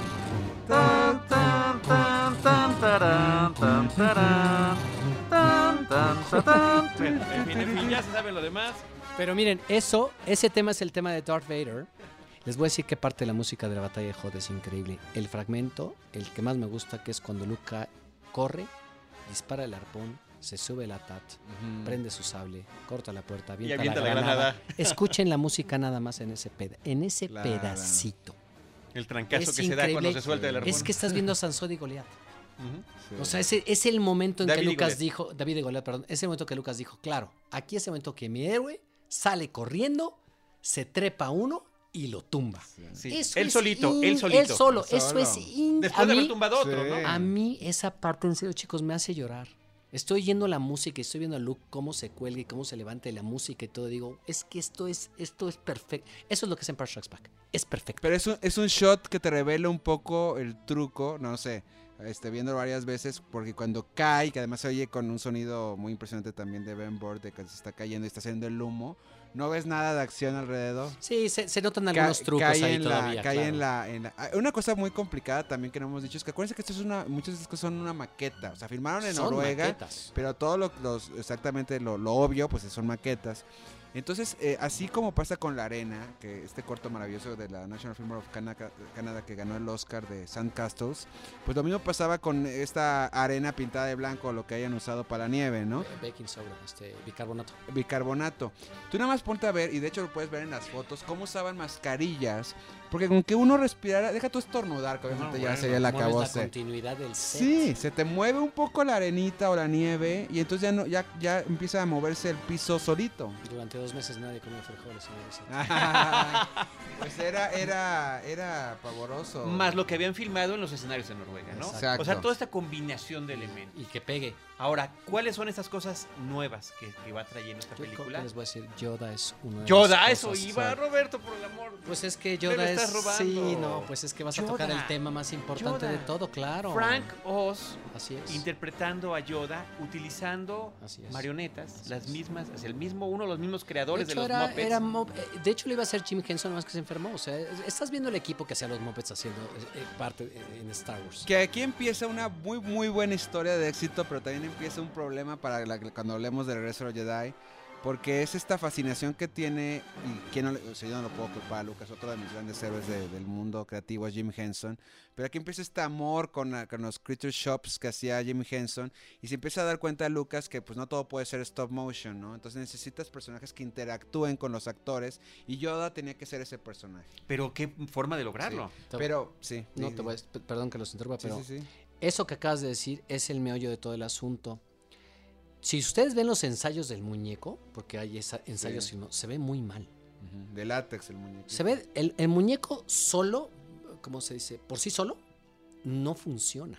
S5: Tan, tan, tan, tan, tarán, tan, tarán. Tan, tan, tan, tan.
S1: Bueno, en fin, en fin, ya se sabe lo demás.
S4: Pero miren, eso, ese tema es el tema de Darth Vader. Les voy a decir que parte de la música de la batalla de Hoth es increíble. El fragmento, el que más me gusta, que es cuando Luke corre, dispara el arpón, se sube la Tat,
S3: Ujú.
S4: prende su sable, corta la puerta, avienta,
S1: avienta
S4: la,
S1: la
S4: granada.
S1: granada.
S4: Escuchen la música nada más en ese, peda en ese
S3: Claro.
S4: pedacito.
S1: El trancazo
S4: Es
S1: que se da cuando
S4: increíble.
S1: se suelta el arpón.
S4: Es que estás viendo a Sansón y Goliat.
S1: Ujú.
S3: Sí.
S4: O sea, ese es el momento en
S1: David
S4: que
S1: y
S4: Lucas
S1: Goliat.
S4: dijo, David y Goliat, perdón, ese momento que Lucas dijo, claro, aquí es el momento que mi héroe sale corriendo, se trepa a uno y lo tumba.
S1: Sí,
S4: Eso
S1: él
S4: es
S1: solito,
S4: in-
S1: él solito.
S4: Él solo,
S3: Solo.
S4: eso es in-
S1: Después
S4: a
S1: de haber
S4: mí,
S1: tumbado otro,
S3: Sí.
S1: ¿no?
S4: a mí esa parte, en serio, chicos, me hace llorar. Estoy oyendo la música y estoy viendo a Luke cómo se cuelga y cómo se levanta de la música y todo. Digo, es que esto es, esto es perfecto. Eso es lo que es Empire Strikes Back. Es perfecto.
S3: Pero es un, es un shot que te revela un poco el truco, no sé, este, viendo varias veces, porque cuando cae, que además se oye con un sonido muy impresionante también de Ben Burtt, de que se está cayendo y está haciendo el humo, no ves nada de acción alrededor.
S4: Sí, se, se notan
S3: Ca-
S4: algunos trucos
S3: cae
S4: ahí
S3: en
S4: todavía.
S3: La, cae
S4: claro.
S3: en la, en la- ah, Una cosa muy complicada también que no hemos dicho es que acuérdense que esto es una, muchas de estas cosas son una maqueta, o sea, filmaron en
S4: Son
S3: Noruega,
S4: maquetas.
S3: pero todo lo, los, exactamente lo, lo obvio, pues son maquetas. Entonces, eh, así como pasa con La Arena, que este corto maravilloso de la National Film of Canada, Canada que ganó el Oscar de Sandcastles, pues lo mismo pasaba con esta arena pintada de blanco, lo que hayan usado para la nieve, ¿no?
S4: Eh, Baking soda, este, bicarbonato.
S3: Bicarbonato. Tú nada más ponte a ver, y de hecho lo puedes ver en las fotos, cómo usaban mascarillas, porque con que uno respirara, deja tú estornudar, que obviamente
S4: No,
S3: ya
S4: bueno,
S3: sería la
S4: mueves la
S3: acabose.
S4: continuidad del set.
S3: Sí, se te mueve un poco la arenita o la nieve y entonces ya no, ya, ya empieza a moverse el piso solito.
S4: Durante dos meses nadie comió frijoles en el set.
S3: Pues era, era, era pavoroso.
S1: Más lo que habían filmado en los escenarios de Noruega, ¿no?
S3: Exacto.
S1: O sea, toda esta combinación de elementos.
S4: Y que pegue.
S1: Ahora, ¿cuáles son esas cosas nuevas que, que va trayendo esta
S4: Yo creo que
S1: película?
S4: les voy a decir, Yoda es una de
S1: Yoda,
S4: las
S1: eso
S4: cosas,
S1: iba,
S4: o sea,
S1: Roberto, por el amor.
S4: Pues es que
S1: Me
S4: Yoda
S1: lo estás
S4: es...
S1: robando.
S4: Sí, no, pues es que vas a tocar
S1: Yoda.
S4: el tema más importante
S1: Yoda.
S4: de todo, claro.
S1: Frank Oz
S4: Así es.
S1: interpretando a Yoda, utilizando
S4: Así es.
S1: marionetas,
S4: Así
S1: las
S4: es.
S1: mismas, es el mismo, uno de los mismos
S4: De
S1: creadores de,
S4: hecho,
S1: los
S4: era,
S1: Muppets.
S4: era Mo- eh, de hecho, lo iba a hacer Jim Henson, nada más que se enfermó. O sea, estás viendo el equipo que hacía los Muppets haciendo eh, eh, parte eh, en Star Wars.
S3: Que aquí empieza una muy muy buena historia de éxito, pero también empieza un problema para la- cuando hablemos de Regreso a los Jedi, porque es esta fascinación que tiene, y quién no, le- o sea, yo no lo puedo culpar a Lucas, otro de mis grandes héroes de- del mundo creativo es Jim Henson, pero aquí empieza este amor con, la- con los creature shops que hacía Jim Henson, y se empieza a dar cuenta Lucas que pues no todo puede ser stop motion, ¿no? Entonces necesitas personajes que interactúen con los actores, y Yoda tenía que ser ese personaje.
S1: Pero qué forma de lograrlo.
S4: Te-
S3: Pero, sí.
S4: no
S3: sí,
S4: te voy a, p- perdón que los interrumpa,
S3: sí,
S4: pero
S3: sí, sí.
S4: eso que acabas de decir es el meollo de todo el asunto. Si ustedes ven los ensayos del muñeco, porque hay esa- ensayos
S3: Sí.
S4: y no, se ve muy mal.
S3: Ujú, de látex el muñeco.
S4: Se ve, el, el muñeco solo, ¿cómo se dice? Por sí solo, no funciona.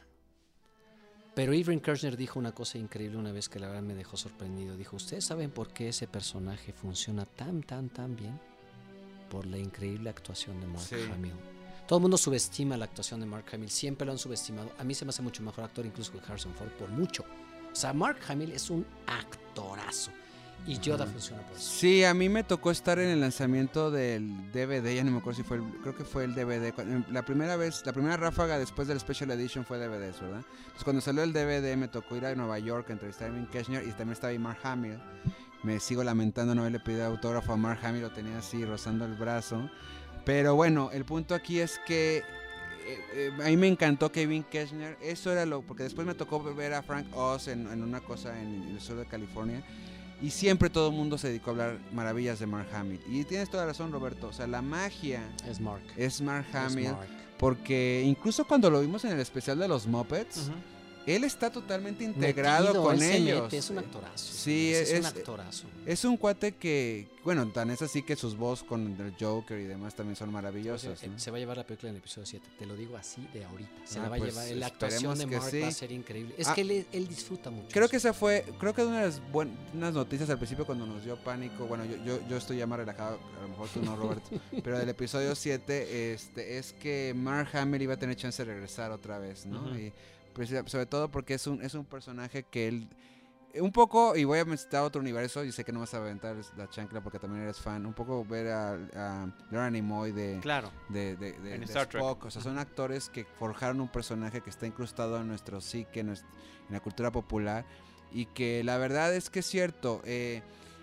S4: Pero Irving Kershner dijo una cosa increíble una vez que la verdad me dejó sorprendido. Dijo, ¿ustedes saben por qué ese personaje funciona tan, tan, tan bien? Por la increíble actuación de Mark
S3: Sí.
S4: Hamill. Todo el mundo subestima la actuación de Mark Hamill. Siempre lo han subestimado. A mí se me hace mucho mejor actor incluso que Harrison Ford, por mucho. O sea, Mark Hamill es un actorazo. Y Yoda funciona por eso.
S3: Sí, a mí me tocó estar en el lanzamiento del D V D, ya no me acuerdo si fue el, creo que fue el D V D. Cuando- La primera vez, la primera ráfaga después del Special Edition fue D V Ds, ¿verdad? Entonces cuando salió el D V D me tocó ir a Nueva York a entrevistar a Irving Kershner y también estaba ahí Mark Hamill. Me sigo lamentando no haberle pedido autógrafo a Mark Hamill, lo tenía así rozando el brazo. Pero bueno, el punto aquí es que eh, eh, a mí me encantó Kevin Kershner, eso era lo, porque después me tocó ver a Frank Oz en, en una cosa en el sur de California. Y siempre todo el mundo se dedicó a hablar maravillas de Mark Hamill. Y tienes toda la razón, Roberto. O sea, la magia
S4: Es Mark.
S3: es Mark
S4: Es
S3: Hamill.
S4: Mark.
S3: Porque incluso cuando lo vimos en el especial de los Muppets,
S1: Ujú.
S3: él está totalmente integrado
S4: Metido,
S3: con
S4: él se
S3: ellos.
S4: mete, es un actorazo.
S3: Sí,
S4: es,
S3: es,
S4: un actorazo.
S3: Es un cuate que, bueno, tan es así que sus voz con el Joker y demás también son maravillosas,
S4: Se,
S3: ¿no?
S4: se va a llevar la película en el episodio siete, te lo digo así de ahorita. Se
S3: Ah,
S4: la va
S3: pues,
S4: a llevar. La actuación
S3: esperemos
S4: de
S3: que
S4: Mark
S3: sí.
S4: va a ser increíble. Es
S3: Ah,
S4: que él, él disfruta mucho.
S3: Creo
S4: eso.
S3: que esa fue, creo que una de las buenas noticias al principio cuando nos dio pánico, bueno, yo, yo, yo estoy ya más relajado, a lo mejor tú no, Robert, pero del episodio siete este, es que Mark Hamill iba a tener chance de regresar otra vez, ¿no?
S1: Uh-huh.
S3: Y pues, sobre todo porque es un, es un personaje que él, un poco, y voy a citar otro universo, y sé que no vas a aventar la chancla porque también eres fan, un poco ver a, a Leonard Nimoy de,
S1: Claro.
S3: de, de, de,
S1: En
S3: de
S1: Star Trek.
S3: Spock, o sea, son actores que forjaron un personaje que está incrustado en nuestro psique, en, nuestra, en la cultura popular, y que la verdad es que es cierto, eh,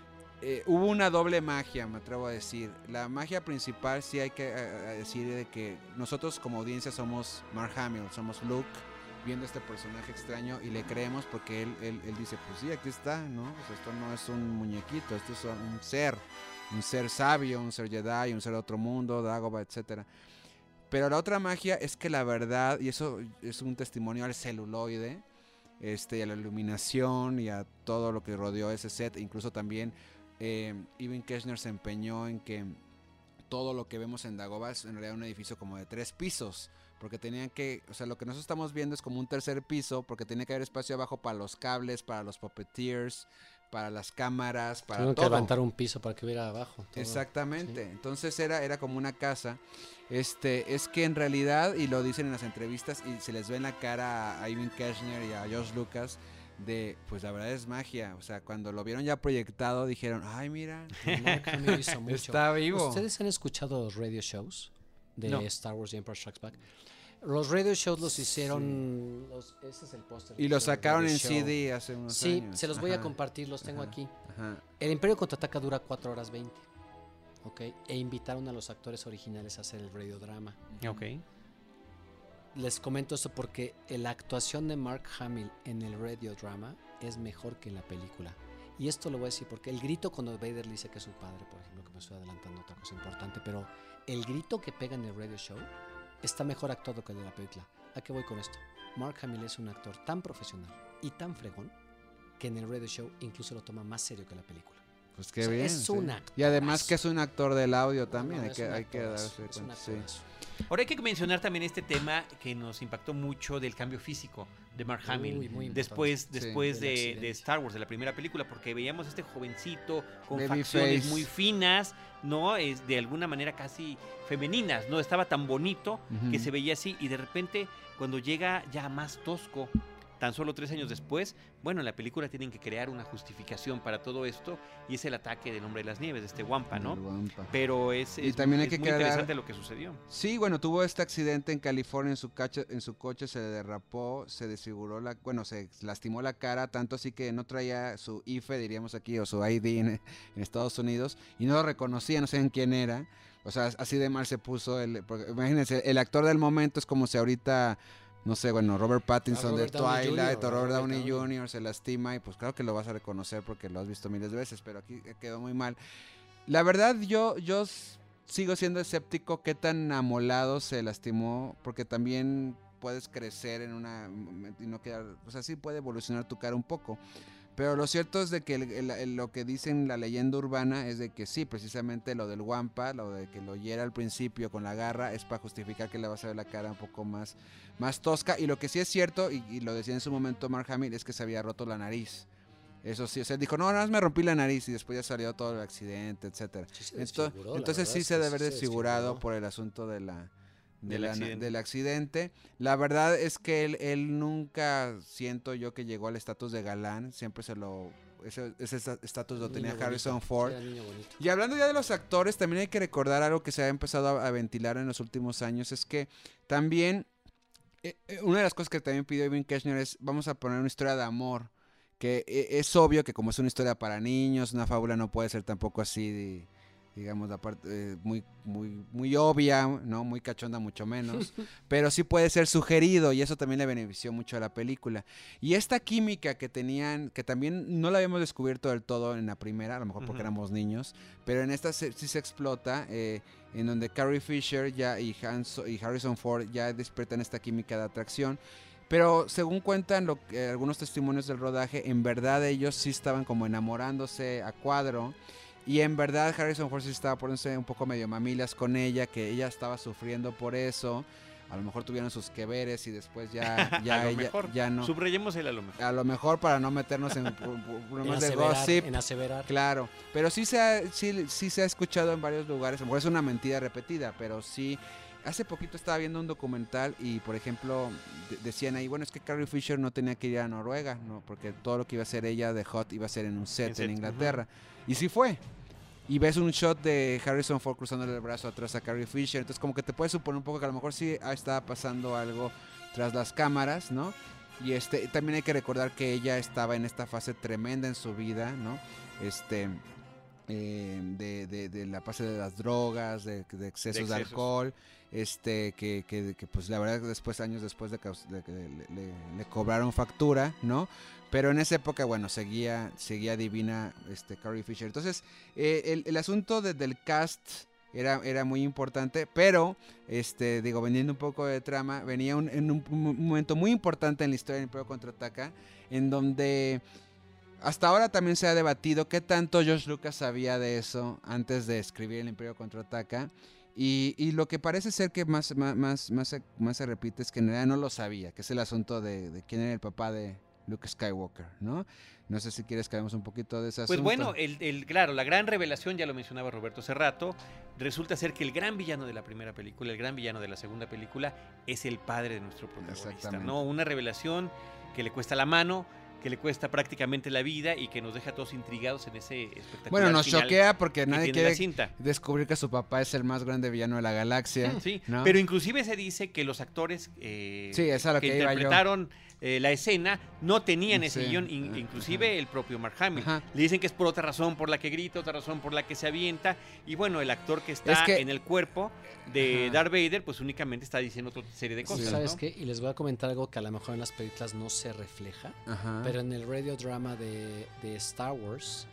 S3: eh, hubo una doble magia, me atrevo a decir. La magia principal sí hay que a, a decir de que nosotros como audiencia somos Mark Hamill, somos Luke, viendo este personaje extraño y le creemos porque él, él, él dice, pues sí, aquí está, ¿no? O sea, esto no es un muñequito, esto es un ser, un ser sabio, un ser Jedi, un ser de otro mundo, Dagobah, etcétera. Pero la otra magia es que la verdad, y eso es un testimonio al celuloide, este, y a la iluminación y a todo lo que rodeó ese set, incluso también eh, Irving Kershner se empeñó en que todo lo que vemos en Dagobah es en realidad un edificio como de tres pisos, porque tenían que, o sea, lo que nosotros estamos viendo es como un tercer piso, porque tenía que haber espacio abajo para los cables, para los puppeteers, para las cámaras, para
S4: Tuvieron
S3: todo.
S4: que levantar un piso para que hubiera abajo. todo.
S3: Exactamente,
S4: Sí.
S3: entonces era, era como una casa. Este, es que en realidad, y lo dicen en las entrevistas, y se les ve en la cara a Irving Kershner y a George Lucas, de, pues la verdad es magia. O sea, cuando lo vieron ya proyectado, dijeron, ay, mira,
S4: Mark Hamill hizo mucho.
S3: está vivo.
S4: ¿Ustedes han escuchado los radio shows de
S1: No.
S4: Star Wars y Empire Strikes Back? Los radio shows los hicieron... Los, ese es el póster.
S3: Y lo
S4: del
S3: sacaron
S4: radio
S3: en
S4: show.
S3: C D hace unos
S4: Sí,
S3: años.
S4: se los voy a
S3: Ajá,
S4: compartir, los tengo
S3: ajá,
S4: aquí.
S3: Ajá.
S4: El Imperio Contraataca dura cuatro horas veinte. ¿Ok? E invitaron a los actores originales a hacer el radiodrama.
S1: Ok.
S4: Les comento esto porque la actuación de Mark Hamill en el radiodrama es mejor que en la película. Y esto lo voy a decir porque el grito cuando Vader le dice que es su padre, por ejemplo, que me estoy adelantando otra cosa importante, pero el grito que pega en el radio show está mejor actuado que el de la película. ¿A qué voy con esto? Mark Hamill es un actor tan profesional y tan fregón que en el radio show incluso lo toma más serio que la película.
S3: Pues qué
S4: O sea,
S3: bien.
S4: es
S3: sí.
S4: un actorazo.
S3: Y además que es un actor del audio
S4: No,
S3: también,
S4: no,
S3: hay,
S4: es
S3: que,
S4: un
S3: hay que
S4: actorazo,
S3: darse
S4: es un
S3: cuenta. Sí.
S4: actorazo.
S1: Ahora hay que mencionar también este tema que nos impactó mucho del cambio físico de Mark Hamill.
S4: Uy, muy importante.
S1: Después,
S3: Sí.
S1: después
S4: Del
S1: de,
S4: accidente.
S1: de Star Wars, de la primera película, porque veíamos este jovencito con
S3: Baby
S1: facciones
S3: face.
S1: muy finas, ¿no? Es de alguna manera casi femeninas, ¿no? Estaba tan bonito
S3: Ujú.
S1: que se veía así y de repente cuando llega ya más tosco, tan solo tres años después, bueno, en la película tienen que crear una justificación para todo esto y es el ataque del Hombre de las Nieves, de este Wampa, ¿no?
S3: El Wampa.
S1: Pero es,
S3: Y
S1: es-
S3: también hay
S1: es
S3: que
S1: muy
S3: crear-
S1: interesante lo que sucedió.
S3: Sí, bueno, tuvo este accidente en California en su, cacho- en su coche, se derrapó, se desfiguró la, bueno, se lastimó la cara, tanto así que no traía su I F E, diríamos aquí, o su I D en, en Estados Unidos, y no lo reconocía, no sabían quién era. O sea, así de mal se puso el, porque, imagínense, el actor del momento es como si ahorita, no sé, bueno, Robert Pattinson
S4: Ah, Robert
S3: de
S4: Downey
S3: Twilight
S4: junior,
S3: o Robert
S4: Robert
S3: Downey
S4: Downey.
S3: junior se lastima y pues claro que lo vas a reconocer porque lo has visto miles de veces, pero aquí quedó muy mal. La verdad, yo, yo s- sigo siendo escéptico qué tan amolado se lastimó, porque también puedes crecer en una y no quedar, o sea, sí puede evolucionar tu cara un poco. Pero lo cierto es de que el- el- el- lo que dicen la leyenda urbana es de que sí, precisamente lo del Wampa, lo de que lo hiera al principio con la garra, es para justificar que le vas a ver la cara un poco más, más tosca. Y lo que sí es cierto, y, y lo decía en su momento Mark Hamill, es que se había roto la nariz. Eso sí, o sea, él dijo, no, nada más me rompí la nariz y después ya salió todo el accidente, etcétera.
S4: Sí se
S3: Ento-
S4: desfiguró, la
S3: entonces
S4: verdad
S3: sí
S4: es
S3: se
S4: que
S3: debe
S4: sí
S3: haber
S4: se
S3: desfigurado
S4: desfiguró.
S3: por el asunto de la, de
S1: Del
S3: la-
S1: accidente.
S3: del accidente. La verdad es que él, él nunca siento yo que llegó al estatus de galán, siempre se lo... Ese ese esta- estatus lo
S4: Niño
S3: tenía
S4: bonito,
S3: Harrison
S4: sí,
S3: Ford.
S4: era niño bonito.
S3: Y hablando ya de los actores, también hay que recordar algo que se ha empezado a, a ventilar en los últimos años, es que también, eh, eh, una de las cosas que también pidió Irving Kershner es, vamos a poner una historia de amor, que eh, es obvio que como es una historia para niños, una fábula no puede ser tampoco así, de, digamos, la parte, eh, muy, muy, muy obvia, ¿no? Muy cachonda mucho menos, pero sí puede ser sugerido y eso también le benefició mucho a la película. Y esta química que tenían, que también no la habíamos descubierto del todo en la primera, a lo mejor porque
S1: Ujú.
S3: éramos niños, pero en esta se- sí se explota, eh, en donde Carrie Fisher ya y, Hans, y Harrison Ford ya despiertan esta química de atracción. Pero según cuentan lo que, algunos testimonios del rodaje, en verdad ellos sí estaban como enamorándose a cuadro. Y en verdad Harrison Ford sí estaba poniéndose un poco medio mamilas con ella, que ella estaba sufriendo por eso. A lo mejor tuvieron sus que veres y después ya, ya,
S1: a lo
S3: ella,
S1: mejor,
S3: ya no.
S1: Subrayemos el a lo mejor.
S3: A lo mejor para no meternos en problemas
S4: en
S3: de
S4: aseverar,
S3: gossip.
S4: en aseverar.
S3: Claro, pero sí se, ha, sí, sí se ha escuchado en varios lugares. A lo mejor es una mentira repetida, pero sí. Hace poquito estaba viendo un documental y, por ejemplo, de- decían ahí, bueno, es que Carrie Fisher no tenía que ir a Noruega, ¿no? Porque todo lo que iba a hacer ella de Hot iba a ser en un set
S1: En
S3: en,
S1: set,
S3: Inglaterra. Y sí fue. Y ves un shot de Harrison Ford cruzándole el brazo atrás a Carrie Fisher. Entonces como que te puedes suponer un poco que a lo mejor sí estaba pasando algo tras las cámaras, ¿no? Y este también hay que recordar que ella estaba en esta fase tremenda en su vida, ¿no? Este... eh, de, de, de la fase de las drogas, de, de excesos de,
S1: De excesos.
S3: alcohol, este que, que, que pues la verdad que después, años después de que de que le, le- le cobraron factura, ¿no? Pero en esa época, bueno, seguía, seguía divina este, Carrie Fisher. Entonces, eh, el, el asunto de- del cast era, era muy importante, pero, este, digo, vendiendo un poco de trama, venía un- en un, un momento muy importante en la historia del Imperio Contraataca, en donde hasta ahora también se ha debatido qué tanto George Lucas sabía de eso antes de escribir El Imperio Contraataca. Y, y lo que parece ser que más, más, más, más, se, más se repite es que en realidad no lo sabía, que es el asunto de, de quién era el papá de Luke Skywalker, ¿no? No sé si quieres que hablemos un poquito de ese
S1: Pues
S3: asunto.
S1: bueno, el, el, claro, la gran revelación, ya lo mencionaba Roberto hace rato, resulta ser que el gran villano de la primera película, el gran villano de la segunda película, es el padre de nuestro protagonista,
S3: Exactamente.
S1: ¿no? Una revelación que le cuesta la mano, que le cuesta prácticamente la vida y que nos deja a todos intrigados en ese espectacular
S3: Bueno, nos
S1: final
S3: choquea porque
S1: que
S3: nadie
S1: tiene la
S3: quiere
S1: cinta.
S3: descubrir que su papá es el más grande villano de la galaxia.
S1: Sí,
S3: ¿no?
S1: pero inclusive se dice que los actores eh,
S3: Sí, es a lo
S1: que
S3: que iba yo.
S1: interpretaron eh, la escena no tenían ese
S3: Sí,
S1: guión, in-
S3: ajá,
S1: inclusive
S3: ajá.
S1: el propio Mark Hamill.
S3: Ajá.
S1: Le dicen que es por otra razón por la que grita, otra razón por la que se avienta, y bueno, el actor que está
S3: Es que-
S1: en el cuerpo de
S3: Ajá.
S1: Darth Vader, pues únicamente está diciendo otra serie de cosas.
S4: ¿Sabes
S1: ¿no?
S4: qué? Y les voy a comentar algo que a lo mejor en las películas no se refleja,
S3: Ajá.
S4: pero en el radio drama de, de Star Wars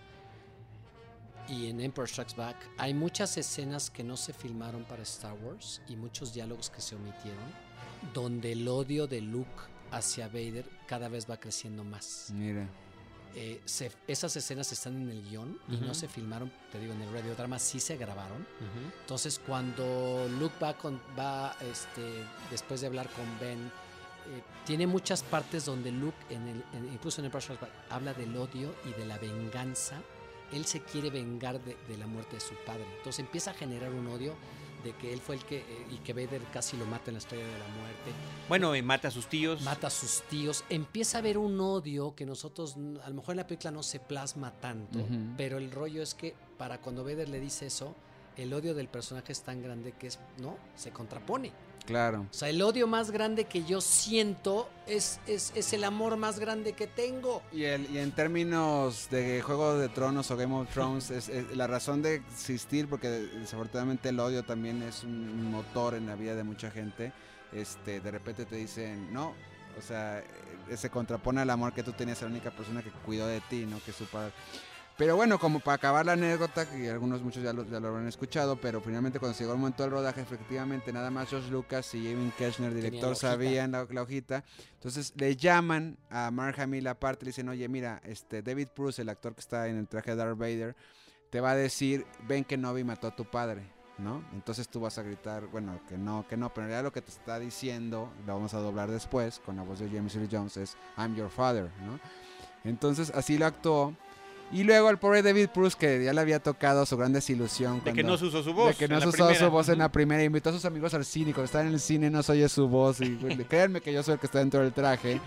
S4: y en Empire Strikes Back hay muchas escenas que no se filmaron para Star Wars y muchos diálogos que se omitieron, donde el odio de Luke hacia Vader cada vez va creciendo más.
S3: Mira.
S4: Eh, se- esas escenas están en el guión y
S1: Ujú.
S4: no se filmaron, te digo, en el radiodrama sí se grabaron.
S1: Ujú.
S4: Entonces cuando Luke va, con, va este, después de hablar con Ben, eh, tiene muchas partes donde Luke, en el, en- incluso en el Empire Strikes Back, habla del odio y de la venganza. Él se quiere vengar de, de la muerte de su padre. Entonces empieza a generar un odio de que él fue el que, eh, y que Vader casi lo mata en la Estrella de la Muerte.
S1: Bueno, eh, mata a sus tíos.
S4: Mata a sus tíos. Empieza a haber un odio que nosotros, mm, a lo mejor en la película no se plasma tanto,
S3: Ujú.
S4: pero el rollo es que para cuando Vader le dice eso, el odio del personaje es tan grande que es, ¿no? Se contrapone.
S3: Claro.
S4: O sea, el odio más grande que yo siento es, es, es el amor más grande que tengo.
S3: Y, el, y en términos de Juego de Tronos o Game of Thrones, es, es la razón de existir, porque desafortunadamente el odio también es un motor en la vida de mucha gente. Este, de repente te dicen, no, o sea, eh, se contrapone al amor que tú tenías a la única persona que cuidó de ti, ¿no? Que es su padre. Pero bueno, como para acabar la anécdota, que algunos muchos ya lo, ya lo habrán escuchado, pero finalmente cuando se llegó el momento del rodaje, efectivamente nada más George Lucas y Evan Kirchner, director,
S4: la hojita.
S3: sabían la, la hojita. Entonces le llaman a Mark Hamill aparte, le dicen, oye, mira, este David Bruce, el actor que está en el traje de Darth Vader, te va a decir, ven que Novi mató a tu padre, ¿no? Entonces tú vas a gritar, bueno, que no, que no, pero en realidad lo que te está diciendo, lo vamos a doblar después, con la voz de James Earl Jones, es, I'm your father, ¿no? Entonces así lo actuó. Y luego el pobre David Bruce, que ya le había tocado su gran desilusión.
S1: De que
S3: cuando-
S1: no se usó su voz.
S3: de que no
S1: en
S3: se
S1: la
S3: usó
S1: primera.
S3: su voz en la
S1: Ujú.
S3: primera. Invitó a sus amigos al cine. Cuando están en el cine no se oye su voz. Y güey, créanme que yo soy el que está dentro del traje.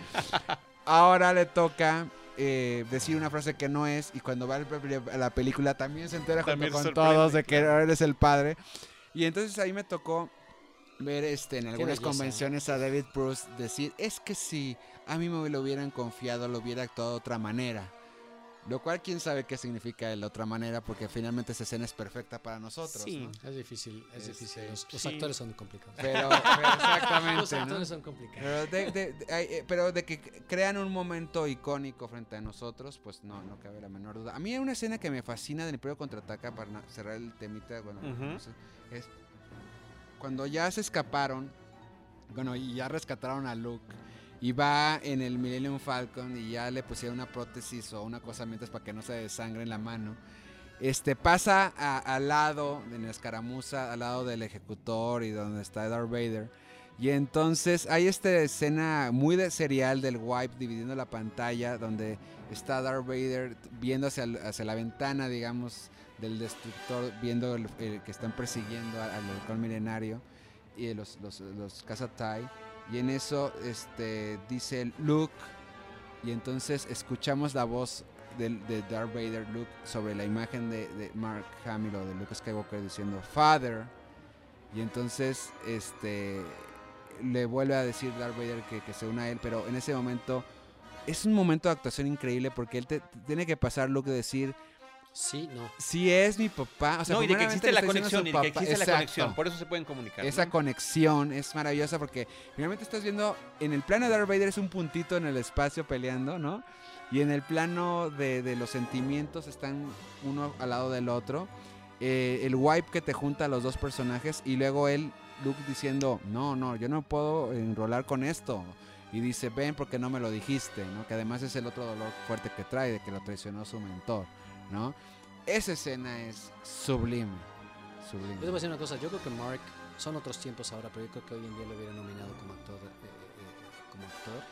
S3: Ahora le toca eh, decir una frase que no es. Y cuando va a la película también se entera junto
S1: También
S3: con
S1: sorprende,
S3: todos de que
S1: claro.
S3: él es el padre. Y entonces ahí me tocó ver este en algunas
S4: belleza.
S3: convenciones a David Bruce decir, es que si a mí me lo hubieran confiado, lo hubiera actuado de otra manera. Lo cual quién sabe qué significa de la otra manera, porque finalmente esa escena es perfecta para nosotros,
S1: Sí.
S3: ¿no?
S4: Es difícil, es
S3: Este,
S4: difícil. Los, los
S1: sí.
S4: actores son complicados.
S3: Pero, pero exactamente,
S4: Los
S3: ¿no?
S4: actores son complicados.
S3: Pero de, de- de- ay, eh, pero de que crean un momento icónico frente a nosotros, pues no, no cabe la menor duda. A mí hay una escena que me fascina del Imperio Contraataca, para na- cerrar el temita, bueno,
S1: Ujú.
S3: no sé, es cuando ya se escaparon, bueno, y ya rescataron a Luke, y va en el Millennium Falcon y ya le pusieron una prótesis o una cosa mientras para que no se desangre en la mano. Este pasa a, al lado, en la escaramuza, al lado del ejecutor y donde está Darth Vader. Y entonces hay esta escena muy de serial del wipe dividiendo la pantalla, donde está Darth Vader viendo hacia, hacia la ventana, digamos, del destructor, viendo el, el que están persiguiendo al, al halcón milenario y los, los, los Caza-TIE. Y en eso este, dice Luke, y entonces escuchamos la voz de, de Darth Vader, Luke, sobre la imagen de, de Mark Hamill o de Luke Skywalker diciendo Father. Y entonces este le vuelve a decir Darth Vader que, que se una a él, pero en ese momento es un momento de actuación increíble porque él te, te tiene que pasar Luke de decir
S4: sí, no.
S3: si es mi papá, o sea,
S1: no, y de que existe la
S3: le está diciendo
S1: conexión,
S3: a su
S1: y de que
S3: papá.
S1: existe
S3: Exacto.
S1: la conexión, por eso se pueden comunicar.
S3: Esa
S1: ¿no?
S3: conexión es maravillosa porque finalmente estás viendo, en el plano de Darth Vader es un puntito en el espacio peleando, ¿no? Y en el plano de, de los sentimientos están uno al lado del otro. Eh, el wipe que te junta a los dos personajes y luego él, Luke, diciendo, no, no, yo no puedo enrolar con esto. Y dice, ven porque no me lo dijiste, ¿no? Que además es el otro dolor fuerte que trae de que lo traicionó su mentor, ¿no? Esa escena es sublime, sublime.
S4: Yo te voy a decir una cosa, yo creo que Mark, son otros tiempos ahora, pero yo creo que hoy en día lo hubiera nominado como actor, eh, eh, como actor.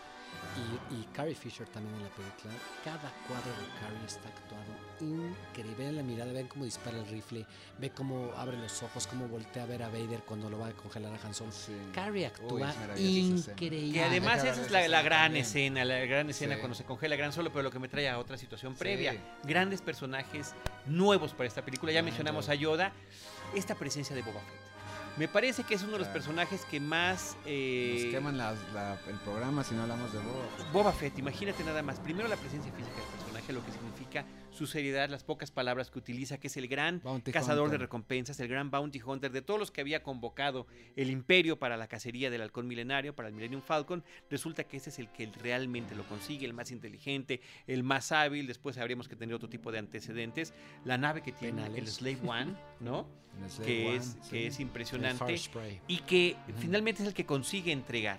S4: Y, y Carrie Fisher también en la película. Cada cuadro de Carrie está actuado increíble. Ven la mirada, ven cómo dispara el rifle, ve cómo abre los ojos, cómo voltea a ver a Vader cuando lo va a congelar a Han Solo. Sí. Carrie actúa Uy, increíble.
S1: Que además esa es la, la gran también. escena, la gran escena
S3: sí.
S1: cuando se congela Gran Solo, pero lo que me trae a otra situación previa. Sí. Grandes personajes nuevos para esta película. Ya ah, mencionamos a Yoda. Esta presencia de Boba Fett. Me parece que es uno de los personajes que más...
S3: Eh, Nos queman la, la, el programa si no hablamos de Boba Fett.
S1: Boba Fett, imagínate nada más. Primero la presencia física del personaje, lo que significa su seriedad, las pocas palabras que utiliza, que es el gran bounty cazador hunter. de recompensas, el gran bounty hunter de todos los que había convocado el imperio para la cacería del halcón milenario, para el Millennium Falcon. Resulta que ese es el que realmente lo consigue, el más inteligente, el más hábil. Después habríamos que tener otro tipo de antecedentes. La nave que tiene Penales. el Slave One, ¿no? Slave que, One, es, sí. que es impresionante y que uh-huh. finalmente es el que consigue entregar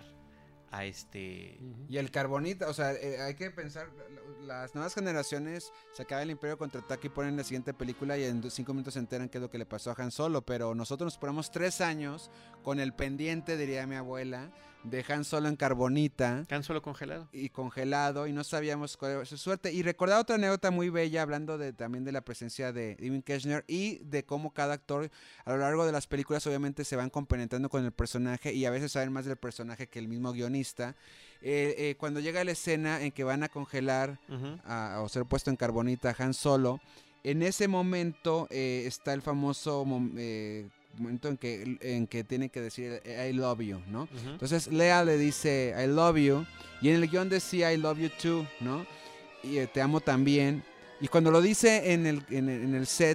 S1: a este...
S3: Y el carbonita, o sea, eh, hay que pensar, las nuevas generaciones se acaba el Imperio Contraataca y ponen la siguiente película y en cinco minutos se enteran qué es lo que le pasó a Han Solo, pero nosotros nos ponemos tres años con el pendiente, diría mi abuela, de Han Solo en carbonita.
S1: Han Solo congelado.
S3: Y congelado, y no sabíamos cuál era su suerte. Y recordar otra anécdota muy bella, hablando de, también de la presencia de Irving Kershner y de cómo cada actor a lo largo de las películas obviamente se van compenetrando con el personaje y a veces saben más del personaje que el mismo guionista. Eh, eh, cuando llega la escena en que van a congelar uh-huh. a, o ser puesto en carbonita a Han Solo, en ese momento eh, está el famoso... Eh, momento en que en que tiene que decir I love you, ¿no? Uh-huh. Entonces Lea le dice I love you y en el guión decía I love you too, ¿no? Y eh, te amo también. Y cuando lo dice en el, en el, en el set,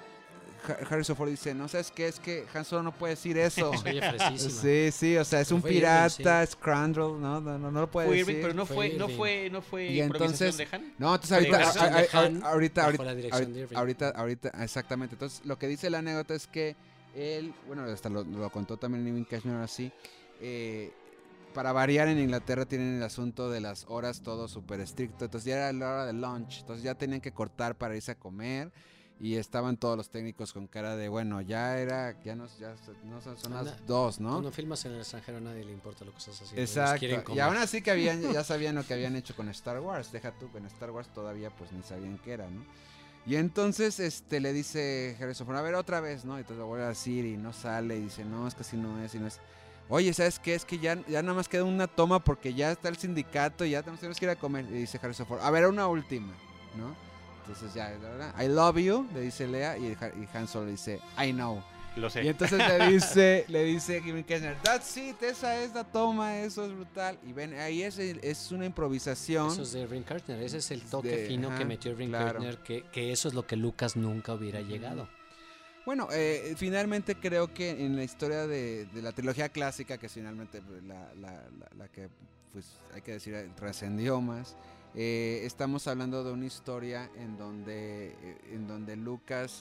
S3: Harrison Ford dice, no, ¿sabes qué? Es que Han Solo no puede decir eso.
S4: Oye, fresísima.
S3: Sí, sí, o sea, es un pirata, es Crandall, no, no, no, no lo puede
S1: fue
S3: decir.
S1: Irving, pero no fue, no fue, no fue
S3: y entonces,
S1: de Han.
S3: No, entonces ahorita, a, a, a, a, ahorita, ahorita,
S4: ahorita,
S3: ahorita, ahorita, exactamente. Entonces, lo que dice la anécdota es que él, bueno, hasta lo, lo contó también Irving Kershner así, eh, para variar en Inglaterra tienen el asunto de las horas todo súper estricto, entonces ya era la hora del lunch, entonces ya tenían que cortar para irse a comer y estaban todos los técnicos con cara de, bueno, ya era, ya no, ya no son, son las dos, ¿no?
S4: Cuando filmas en el extranjero a nadie le importa lo que estás haciendo.
S3: Exacto, y aún así que habían, ya sabían lo que habían hecho con Star Wars, deja tú, con Star Wars todavía pues ni sabían qué era, ¿no? Y entonces este le dice Harrison Ford, a ver otra vez, ¿no? Y entonces lo vuelve a decir y no sale y dice, no, es que así no es, y no es. Oye, ¿sabes qué? Es que ya, ya nada más queda una toma porque ya está el sindicato y ya tenemos que ir a comer. Y dice Harrison Ford, a ver, una última, ¿no? Entonces ya, I love you, le dice Lea, y, y Han Solo le dice, I know.
S1: Lo sé.
S3: Y entonces le dice, le dice Irving Kershner, that's it, esa es la toma, eso es brutal. Y ven, ahí es, es una improvisación.
S4: Eso es de Irving Kershner, ese es el toque
S3: de,
S4: fino
S3: ajá,
S4: que metió Irving
S3: claro.
S4: Kershner, que, que eso es lo que Lucas nunca hubiera llegado.
S3: Bueno, eh, finalmente creo que en la historia de, de la trilogía clásica, que es finalmente la, la, la, la que, pues hay que decir, trascendió más, eh, estamos hablando de una historia en donde, eh, en donde Lucas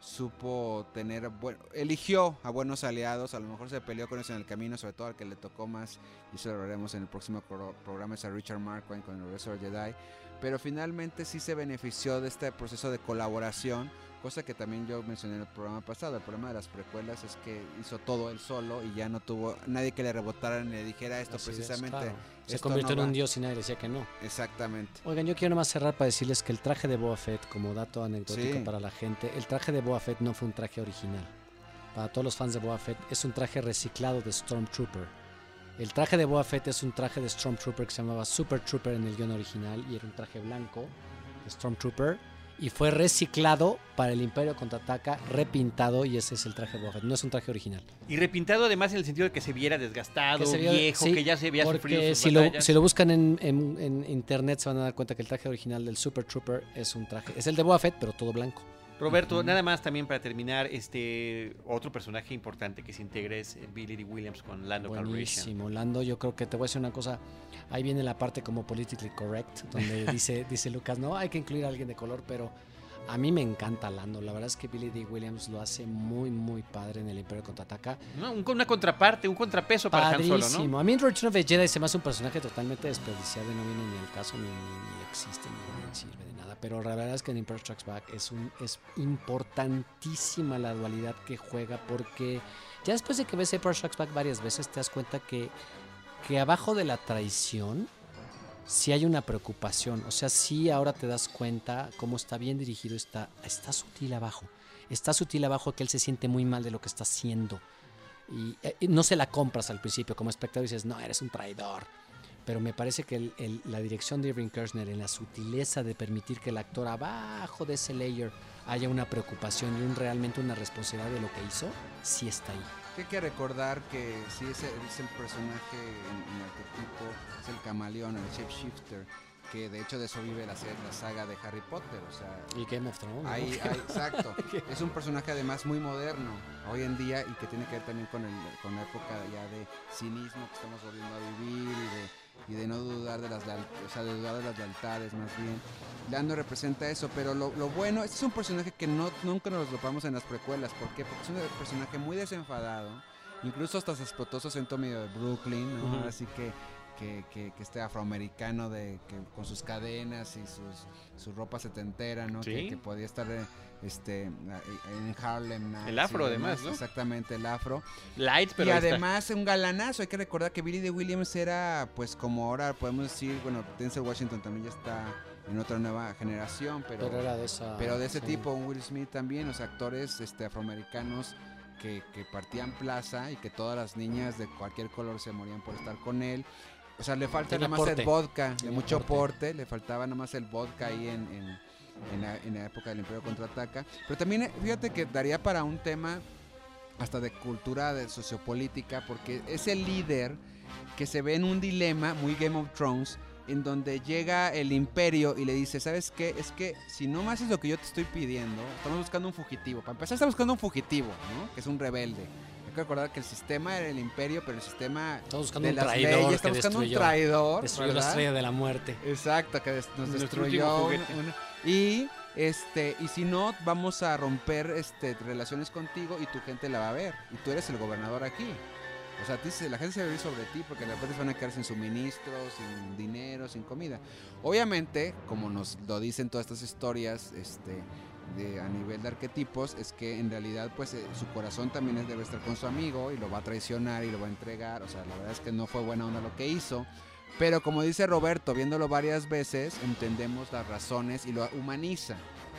S3: supo tener, bueno, eligió a buenos aliados, a lo mejor se peleó con ellos en el camino, sobre todo al que le tocó más, y eso lo veremos en el próximo pro- programa, es a Richard Marquand con el regreso del Jedi, pero finalmente sí se benefició de este proceso de colaboración, cosa que también yo mencioné en el programa pasado. El problema de las precuelas es que hizo todo él solo y ya no tuvo nadie que le rebotara ni le dijera esto.
S4: Así es,
S3: precisamente.
S4: claro. Se
S3: esto
S4: convirtió
S3: no
S4: en un
S3: va.
S4: dios y nadie decía que no.
S3: Exactamente.
S4: Oigan, yo quiero nomás cerrar para decirles que el traje de Boba Fett, como dato anecdótico
S3: Sí.
S4: para la gente, el traje de Boba Fett no fue un traje original. Para todos los fans de Boba Fett, es un traje reciclado de Stormtrooper. El traje de Boba Fett es un traje de Stormtrooper que se llamaba Super Trooper en el guión original y era un traje blanco de Stormtrooper y fue reciclado para el Imperio Contraataca, repintado, y ese es el traje de Boba Fett, no es un traje original.
S1: Y repintado además en el sentido de que se viera desgastado,
S4: Que se vio-
S1: viejo,
S4: sí,
S1: que ya se había sufrido
S4: Porque
S1: sus
S4: si lo,
S1: batallas.
S4: si lo buscan en, en- en internet se van a dar cuenta que el traje original del Super Trooper es un traje, es el de Boba Fett, pero todo blanco.
S1: Roberto, nada más también para terminar, este otro personaje importante que se integra es Billy Dee Williams con Lando Calrissian.
S4: Buenísimo, Lando, yo creo que te voy a decir una cosa, ahí viene la parte como politically correct, donde dice, dice Lucas, no, hay que incluir a alguien de color, pero a mí me encanta Lando, la verdad es que Billy Dee Williams lo hace muy, muy padre en el Imperio Contraataca.
S1: ¿No? Un- una contraparte, un contrapeso para Han Solo,
S4: Padrísimo.
S1: ¿no?
S4: A mí en Return of the Jedi se me hace un personaje totalmente desperdiciado y no viene ni al caso, ni, ni, ni existe, ni, ni sirve de nada. Pero la verdad es que en Empire Strikes Back es, un, es importantísima la dualidad que juega, porque ya después de que ves Empire Strikes Back varias veces te das cuenta que, que abajo de la traición sí hay una preocupación. O sea, sí ahora te das cuenta cómo está bien dirigido, está, está sutil abajo. Está sutil abajo que él se siente muy mal de lo que está haciendo. Y, eh, y no se la compras al principio. Como espectador dices, no, eres un traidor. Pero me parece que el- el- la dirección de Irving Kershner en la sutileza de permitir que el actor abajo de ese layer haya una preocupación y un, realmente una responsabilidad de lo que hizo, sí está ahí.
S3: Hay que recordar que sí es el, es el personaje en, en arquetipo, es el camaleón, el shapeshifter, que de hecho de eso vive la, serie- la saga de Harry Potter, o sea,
S4: Y Game of Thrones. ¿no?
S3: ahí, ahí- exacto, es un personaje además muy moderno hoy en día y que tiene que ver también con, el, con la época ya de cinismo que estamos volviendo a vivir y de, y de no dudar de las leal- o sea, de dudar de las lealtades más bien. Lando representa eso, pero lo, lo bueno, este es un personaje que no, nunca nos lo topamos en las precuelas. ¿Por qué? Porque es un personaje muy desenfadado, incluso hasta se explotó su acento medio de Brooklyn, ¿no?
S1: Ujú.
S3: Así que, que, que, que este afroamericano de, que, con sus cadenas y sus, su ropa setentera, ¿no?
S1: Sí.
S3: Que, que podía estar eh, este, en Harlem Nights
S1: El afro,
S3: y demás,
S1: además, ¿no?
S3: Exactamente, el afro.
S1: Light, pero
S3: Y
S1: ahí está.
S3: además un galanazo, hay que recordar que Billy Dee Williams era, pues como ahora podemos decir, bueno, Denzel Washington también ya está en otra nueva generación, pero,
S4: Pero era de esa.
S3: pero de ese
S4: sí.
S3: tipo, un Will Smith también, los actores este, afroamericanos que, que partían plaza y que todas las niñas de cualquier color se morían por estar con él. O sea, le falta
S4: Tenía
S3: nada más
S4: porte.
S3: el vodka, de
S4: Tenía
S3: mucho
S4: porte.
S3: porte, le faltaba nada más el vodka ahí en, en, en la, en la época del Imperio Contraataca. Pero también, eh, fíjate que daría para un tema hasta de cultura de sociopolítica, porque es el líder que se ve en un dilema muy Game of Thrones, en donde llega el imperio y le dice, ¿sabes qué? Es que si no me haces lo que yo te estoy pidiendo, estamos buscando un fugitivo. Para empezar, estamos buscando un fugitivo, ¿no? Que es un rebelde. Hay que recordar que el sistema era el imperio, pero el sistema
S4: Estamos buscando
S3: de
S4: un
S3: las
S4: traidor
S3: leyes,
S4: que
S3: estamos buscando
S4: destruyó,
S3: un traidor,
S4: destruyó la
S3: ¿verdad?
S4: estrella de la muerte.
S3: Exacto, que des- nos
S1: Nuestro
S3: destruyó.
S1: último
S3: un-
S1: juguete.
S3: un- y este y si no, vamos a romper este relaciones contigo y tu gente la va a ver. Y tú eres el gobernador aquí. O sea, a ti se- la gente se va a ver sobre ti porque las veces van a quedar sin suministros, sin dinero, sin comida. Obviamente, como nos lo dicen todas estas historias, este, de, a nivel de arquetipos, es que en realidad, pues, eh, su corazón también es- debe estar con su amigo y lo va a traicionar y lo va a entregar. O sea, la verdad es que no fue buena onda lo que hizo. Pero como dice Roberto, viéndolo varias veces, entendemos las razones y lo humaniza.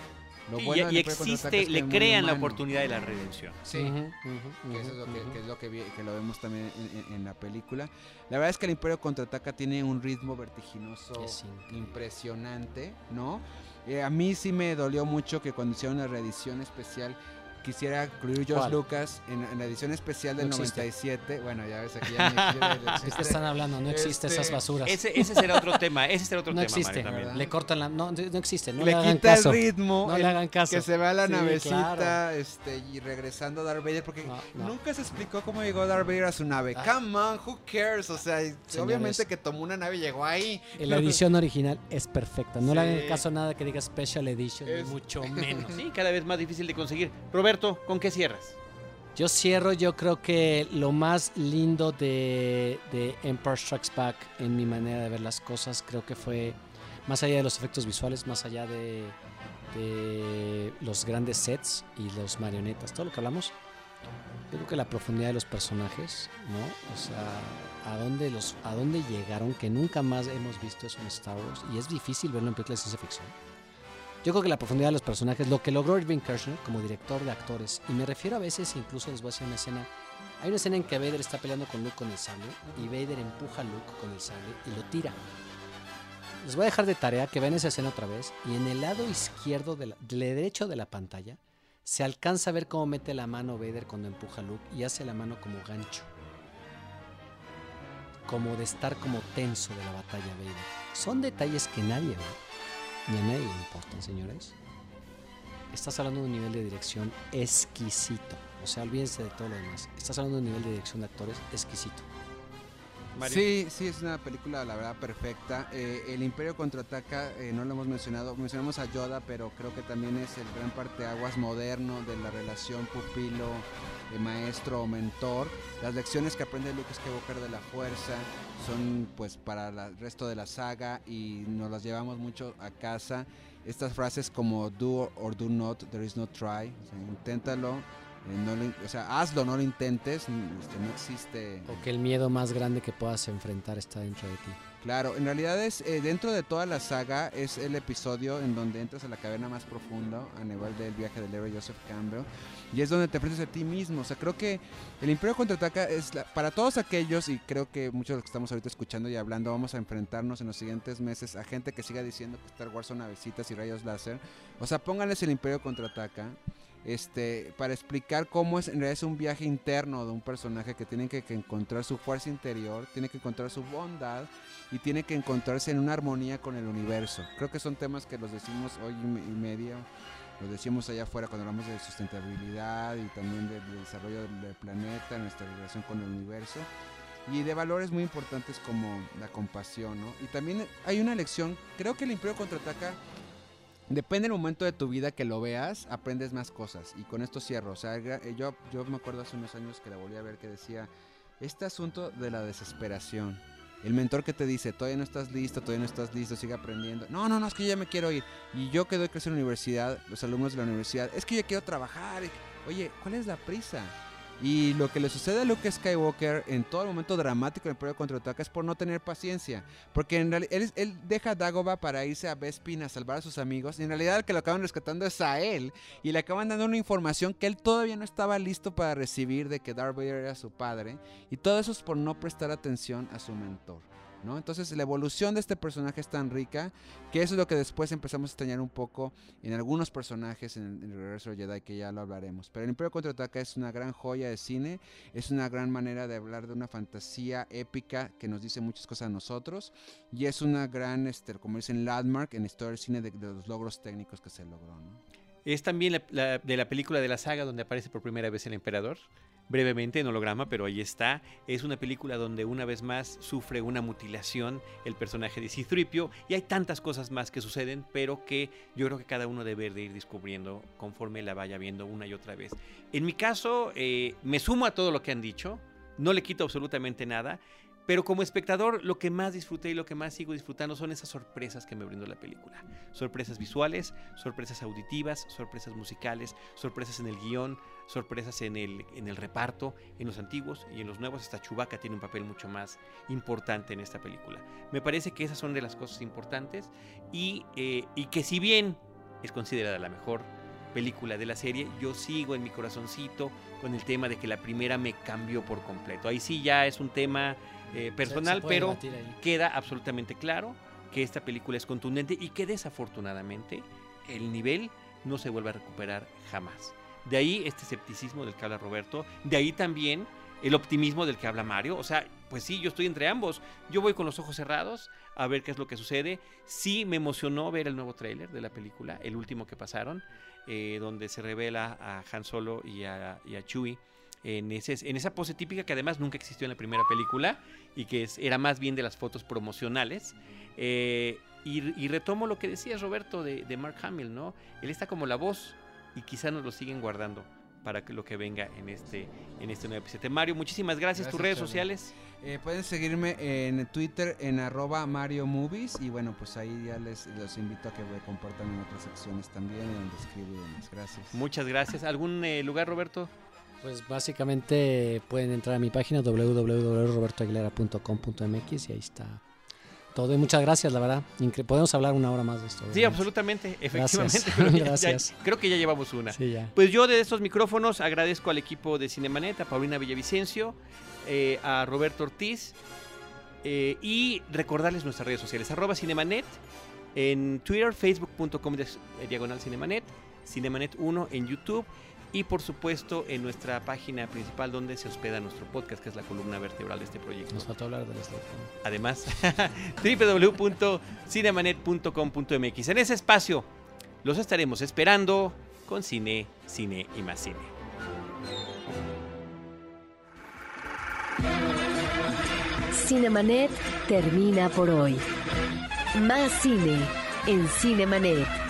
S3: Lo
S1: Y,
S3: bueno del
S1: y
S3: Imperio Contraataca
S1: existe,
S3: es que
S1: le
S3: es muy
S1: crean la
S3: humano.
S1: oportunidad de la redención.
S3: Sí.
S4: Ujú, ujú,
S3: Que eso es lo que,
S4: ujú.
S3: que es lo que, vi- que lo vemos también en, en- en la película. La verdad es que el Imperio Contraataca tiene un ritmo vertiginoso
S4: Es increíble.
S3: impresionante, ¿no? Eh, a mí sí me dolió mucho que cuando hicieron la reedición especial, quisiera incluir George
S4: ¿Cuál?
S3: Lucas en, en la edición especial del
S4: No existe.
S3: noventa y siete. Bueno, ya ves, aquí ya ni siquiera
S4: ¿De qué
S3: existe.
S4: están hablando? No existe
S3: Este,
S4: esas basuras.
S1: Ese, ese será otro tema, ese será otro
S4: no
S1: tema,
S4: existe.
S1: Mario, también.
S4: Le cortan la... No, no existe. No
S3: le
S4: le, hagan
S3: quita
S4: caso.
S3: el ritmo,
S4: No
S3: el-
S4: le hagan caso.
S3: que se vea la
S4: Sí,
S3: navecita,
S4: claro.
S3: este, y regresando Darth Vader, porque
S4: No, no.
S3: nunca se explicó cómo llegó Darth Vader a su nave.
S4: Ah.
S3: Come on, who cares? O sea, obviamente que tomó una nave y llegó ahí.
S4: La edición original es perfecta. No le
S3: Sí.
S4: hagan caso a nada que diga Special Edition,
S3: Es-
S4: ni mucho menos.
S1: Sí, cada vez más difícil de conseguir. Roberto, ¿con qué cierras?
S4: Yo cierro, yo creo que lo más lindo de, de Empire Strikes Back en mi manera de ver las cosas, creo que fue más allá de los efectos visuales, más allá de, de los grandes sets y los marionetas, todo lo que hablamos. Yo creo que la profundidad de los personajes, ¿no? O sea, a dónde, los, a dónde llegaron, que nunca más hemos visto eso en Star Wars, y es difícil verlo en películas de ciencia ficción. Yo creo que la profundidad de los personajes, lo que logró Irving Kershner como director de actores, y me refiero a veces, incluso les voy a hacer una escena, hay una escena en que Vader está peleando con Luke con el sable, y Vader empuja a Luke con el sable y lo tira. Les voy a dejar de tarea que vean esa escena otra vez, y en el lado izquierdo, de la, del derecho de la pantalla, se alcanza a ver cómo mete la mano Vader cuando empuja a Luke, y hace la mano como gancho. Como de estar como tenso de la batalla Vader. Son detalles que nadie ve. Ni a nadie le importan, señores. Estás hablando de un nivel de dirección exquisito. O sea, olvídense de todo lo demás. Estás hablando de un nivel de dirección de actores exquisito.
S1: Mario.
S3: Sí, sí, es una película, la verdad, perfecta. Eh, el Imperio Contraataca, eh, no lo hemos mencionado, mencionamos a Yoda, pero creo que también es el gran parteaguas moderno de la relación pupilo, eh, maestro o mentor. Las lecciones que aprende Luke Skywalker de la fuerza son pues para la- el resto de la saga y nos las llevamos mucho a casa. Estas frases como do or do not, there is no try, o sea, inténtalo. Eh, no lo, o sea, hazlo, no lo intentes, n- este, no existe.
S4: O que el miedo más grande que puedas enfrentar está dentro de ti.
S3: Claro, en realidad es eh, dentro de toda la saga es el episodio en donde entras a la caverna más profundo a nivel del viaje del héroe Joseph Campbell y es donde te enfrentas a ti mismo. O sea, creo que el Imperio Contraataca es la- para todos aquellos y creo que muchos de los que estamos ahorita escuchando y hablando vamos a enfrentarnos en los siguientes meses a gente que siga diciendo que Star Wars son navecitas y rayos láser. O sea, pónganles el Imperio Contraataca. Este, para explicar cómo es en realidad es un viaje interno de un personaje que tiene que, que encontrar su fuerza interior, tiene que encontrar su bondad y tiene que encontrarse en una armonía con el universo. Creo que son temas que los decimos hoy y me- y medio, los decimos allá afuera cuando hablamos de sustentabilidad y también del, del desarrollo del, del planeta, nuestra relación con el universo y de valores muy importantes como la compasión, ¿no? Y también hay una lección, creo que el Imperio Contraataca. Depende del momento de tu vida que lo veas, aprendes más cosas. Y con esto cierro. O sea, gra- eh, yo, yo me acuerdo hace unos años que la volví a ver que decía, este asunto de la desesperación. El mentor que te dice, todavía no estás listo, todavía no estás listo, sigue aprendiendo. No, no, no, es que yo ya me quiero ir. Y yo que doy clase en la universidad, los alumnos de la universidad, es que yo ya quiero trabajar. Oye, ¿cuál es la prisa? Y lo que le sucede a Luke Skywalker en todo el momento dramático del Imperio Contraataca es por no tener paciencia. Porque en realidad él, él deja a Dagobah para irse a Bespin a salvar a sus amigos. Y en realidad el que lo acaban rescatando es a él. Y le acaban dando una información que él todavía no estaba listo para recibir de que Darth Vader era su padre. Y todo eso es por no prestar atención a su mentor, ¿no? Entonces la evolución de este personaje es tan rica que eso es lo que después empezamos a extrañar un poco en algunos personajes en el, en el Regreso de Jedi, que ya lo hablaremos. Pero el Imperio Contraataca es una gran joya de cine, es una gran manera de hablar de una fantasía épica que nos dice muchas cosas a nosotros y es una gran, este, como dicen, landmark en la historia del cine de, de los logros técnicos que se logró, ¿no?
S1: Es también la, la- de la película de la saga donde aparece por primera vez el emperador. Brevemente en holograma, pero ahí está. Es una película donde una vez más sufre una mutilación el personaje de C tres P O y hay tantas cosas más que suceden, pero que yo creo que cada uno debe de ir descubriendo conforme la vaya viendo una y otra vez. En mi caso, eh, me sumo a todo lo que han dicho, no le quito absolutamente nada. Pero como espectador, lo que más disfruté y lo que más sigo disfrutando son esas sorpresas que me brindó la película. Sorpresas visuales, sorpresas auditivas, sorpresas musicales, sorpresas en el guión, sorpresas en el, en el reparto, en los antiguos y en los nuevos. Hasta Chewbacca tiene un papel mucho más importante en esta película. Me parece que esas son de las cosas importantes y, eh, y que si bien es considerada la mejor película de la serie, yo sigo en mi corazoncito con el tema de que la primera me cambió por completo. Ahí sí ya es un tema eh, personal,
S4: Se- se puede
S1: pero
S4: debatir ahí.
S1: queda absolutamente claro que esta película es contundente y que desafortunadamente el nivel no se vuelve a recuperar jamás. De ahí este escepticismo del que habla Roberto, de ahí también el optimismo del que habla Mario. O sea, pues sí, yo estoy entre ambos. Yo voy con los ojos cerrados a ver qué es lo que sucede. Sí me emocionó ver el nuevo tráiler de la película, el último que pasaron, eh, donde se revela a Han Solo y a, y a Chewie en, ese, en esa pose típica que además nunca existió en la primera película y que es, era más bien de las fotos promocionales. Eh, y, y retomo lo que decías, Roberto, de, de Mark Hamill, ¿no? Él está como la voz y quizá nos lo siguen guardando para que lo que venga en este en este nuevo episodio. Mario, muchísimas gracias. gracias ¿Tus redes Charlie. sociales?
S3: Eh, pueden seguirme en Twitter en arroba Mario Movies y bueno, pues ahí ya les los invito a que me compartan en otras secciones también, donde escribo y demás. Gracias.
S1: Muchas gracias. ¿Algún eh, lugar, Roberto?
S4: Pues básicamente pueden entrar a mi página doble u doble u doble u punto roberto aguilera punto com punto m x y ahí está todo. Y muchas gracias, la verdad. Incre- Podemos hablar una hora más de esto.
S1: Sí, absolutamente, efectivamente.
S4: Gracias.
S1: Creo, que
S4: gracias.
S1: Ya, creo que ya llevamos una.
S4: Sí, ya.
S1: Pues yo de estos micrófonos agradezco al equipo de Cinemanet, a Paulina Villavicencio, eh, a Roberto Ortiz, eh, y recordarles nuestras redes sociales, arroba Cinemanet, en Twitter, facebook punto com diagonal Cinemanet, Cinemanet uno en YouTube, y por supuesto en nuestra página principal donde se hospeda nuestro podcast, que es la columna vertebral de este proyecto.
S4: Nos faltó hablar del esto.
S1: Además, doble u doble u doble u punto cinemanet punto com punto m x. En ese espacio los estaremos esperando con cine, cine y más cine.
S2: Cinemanet termina por hoy. Más cine en Cinemanet.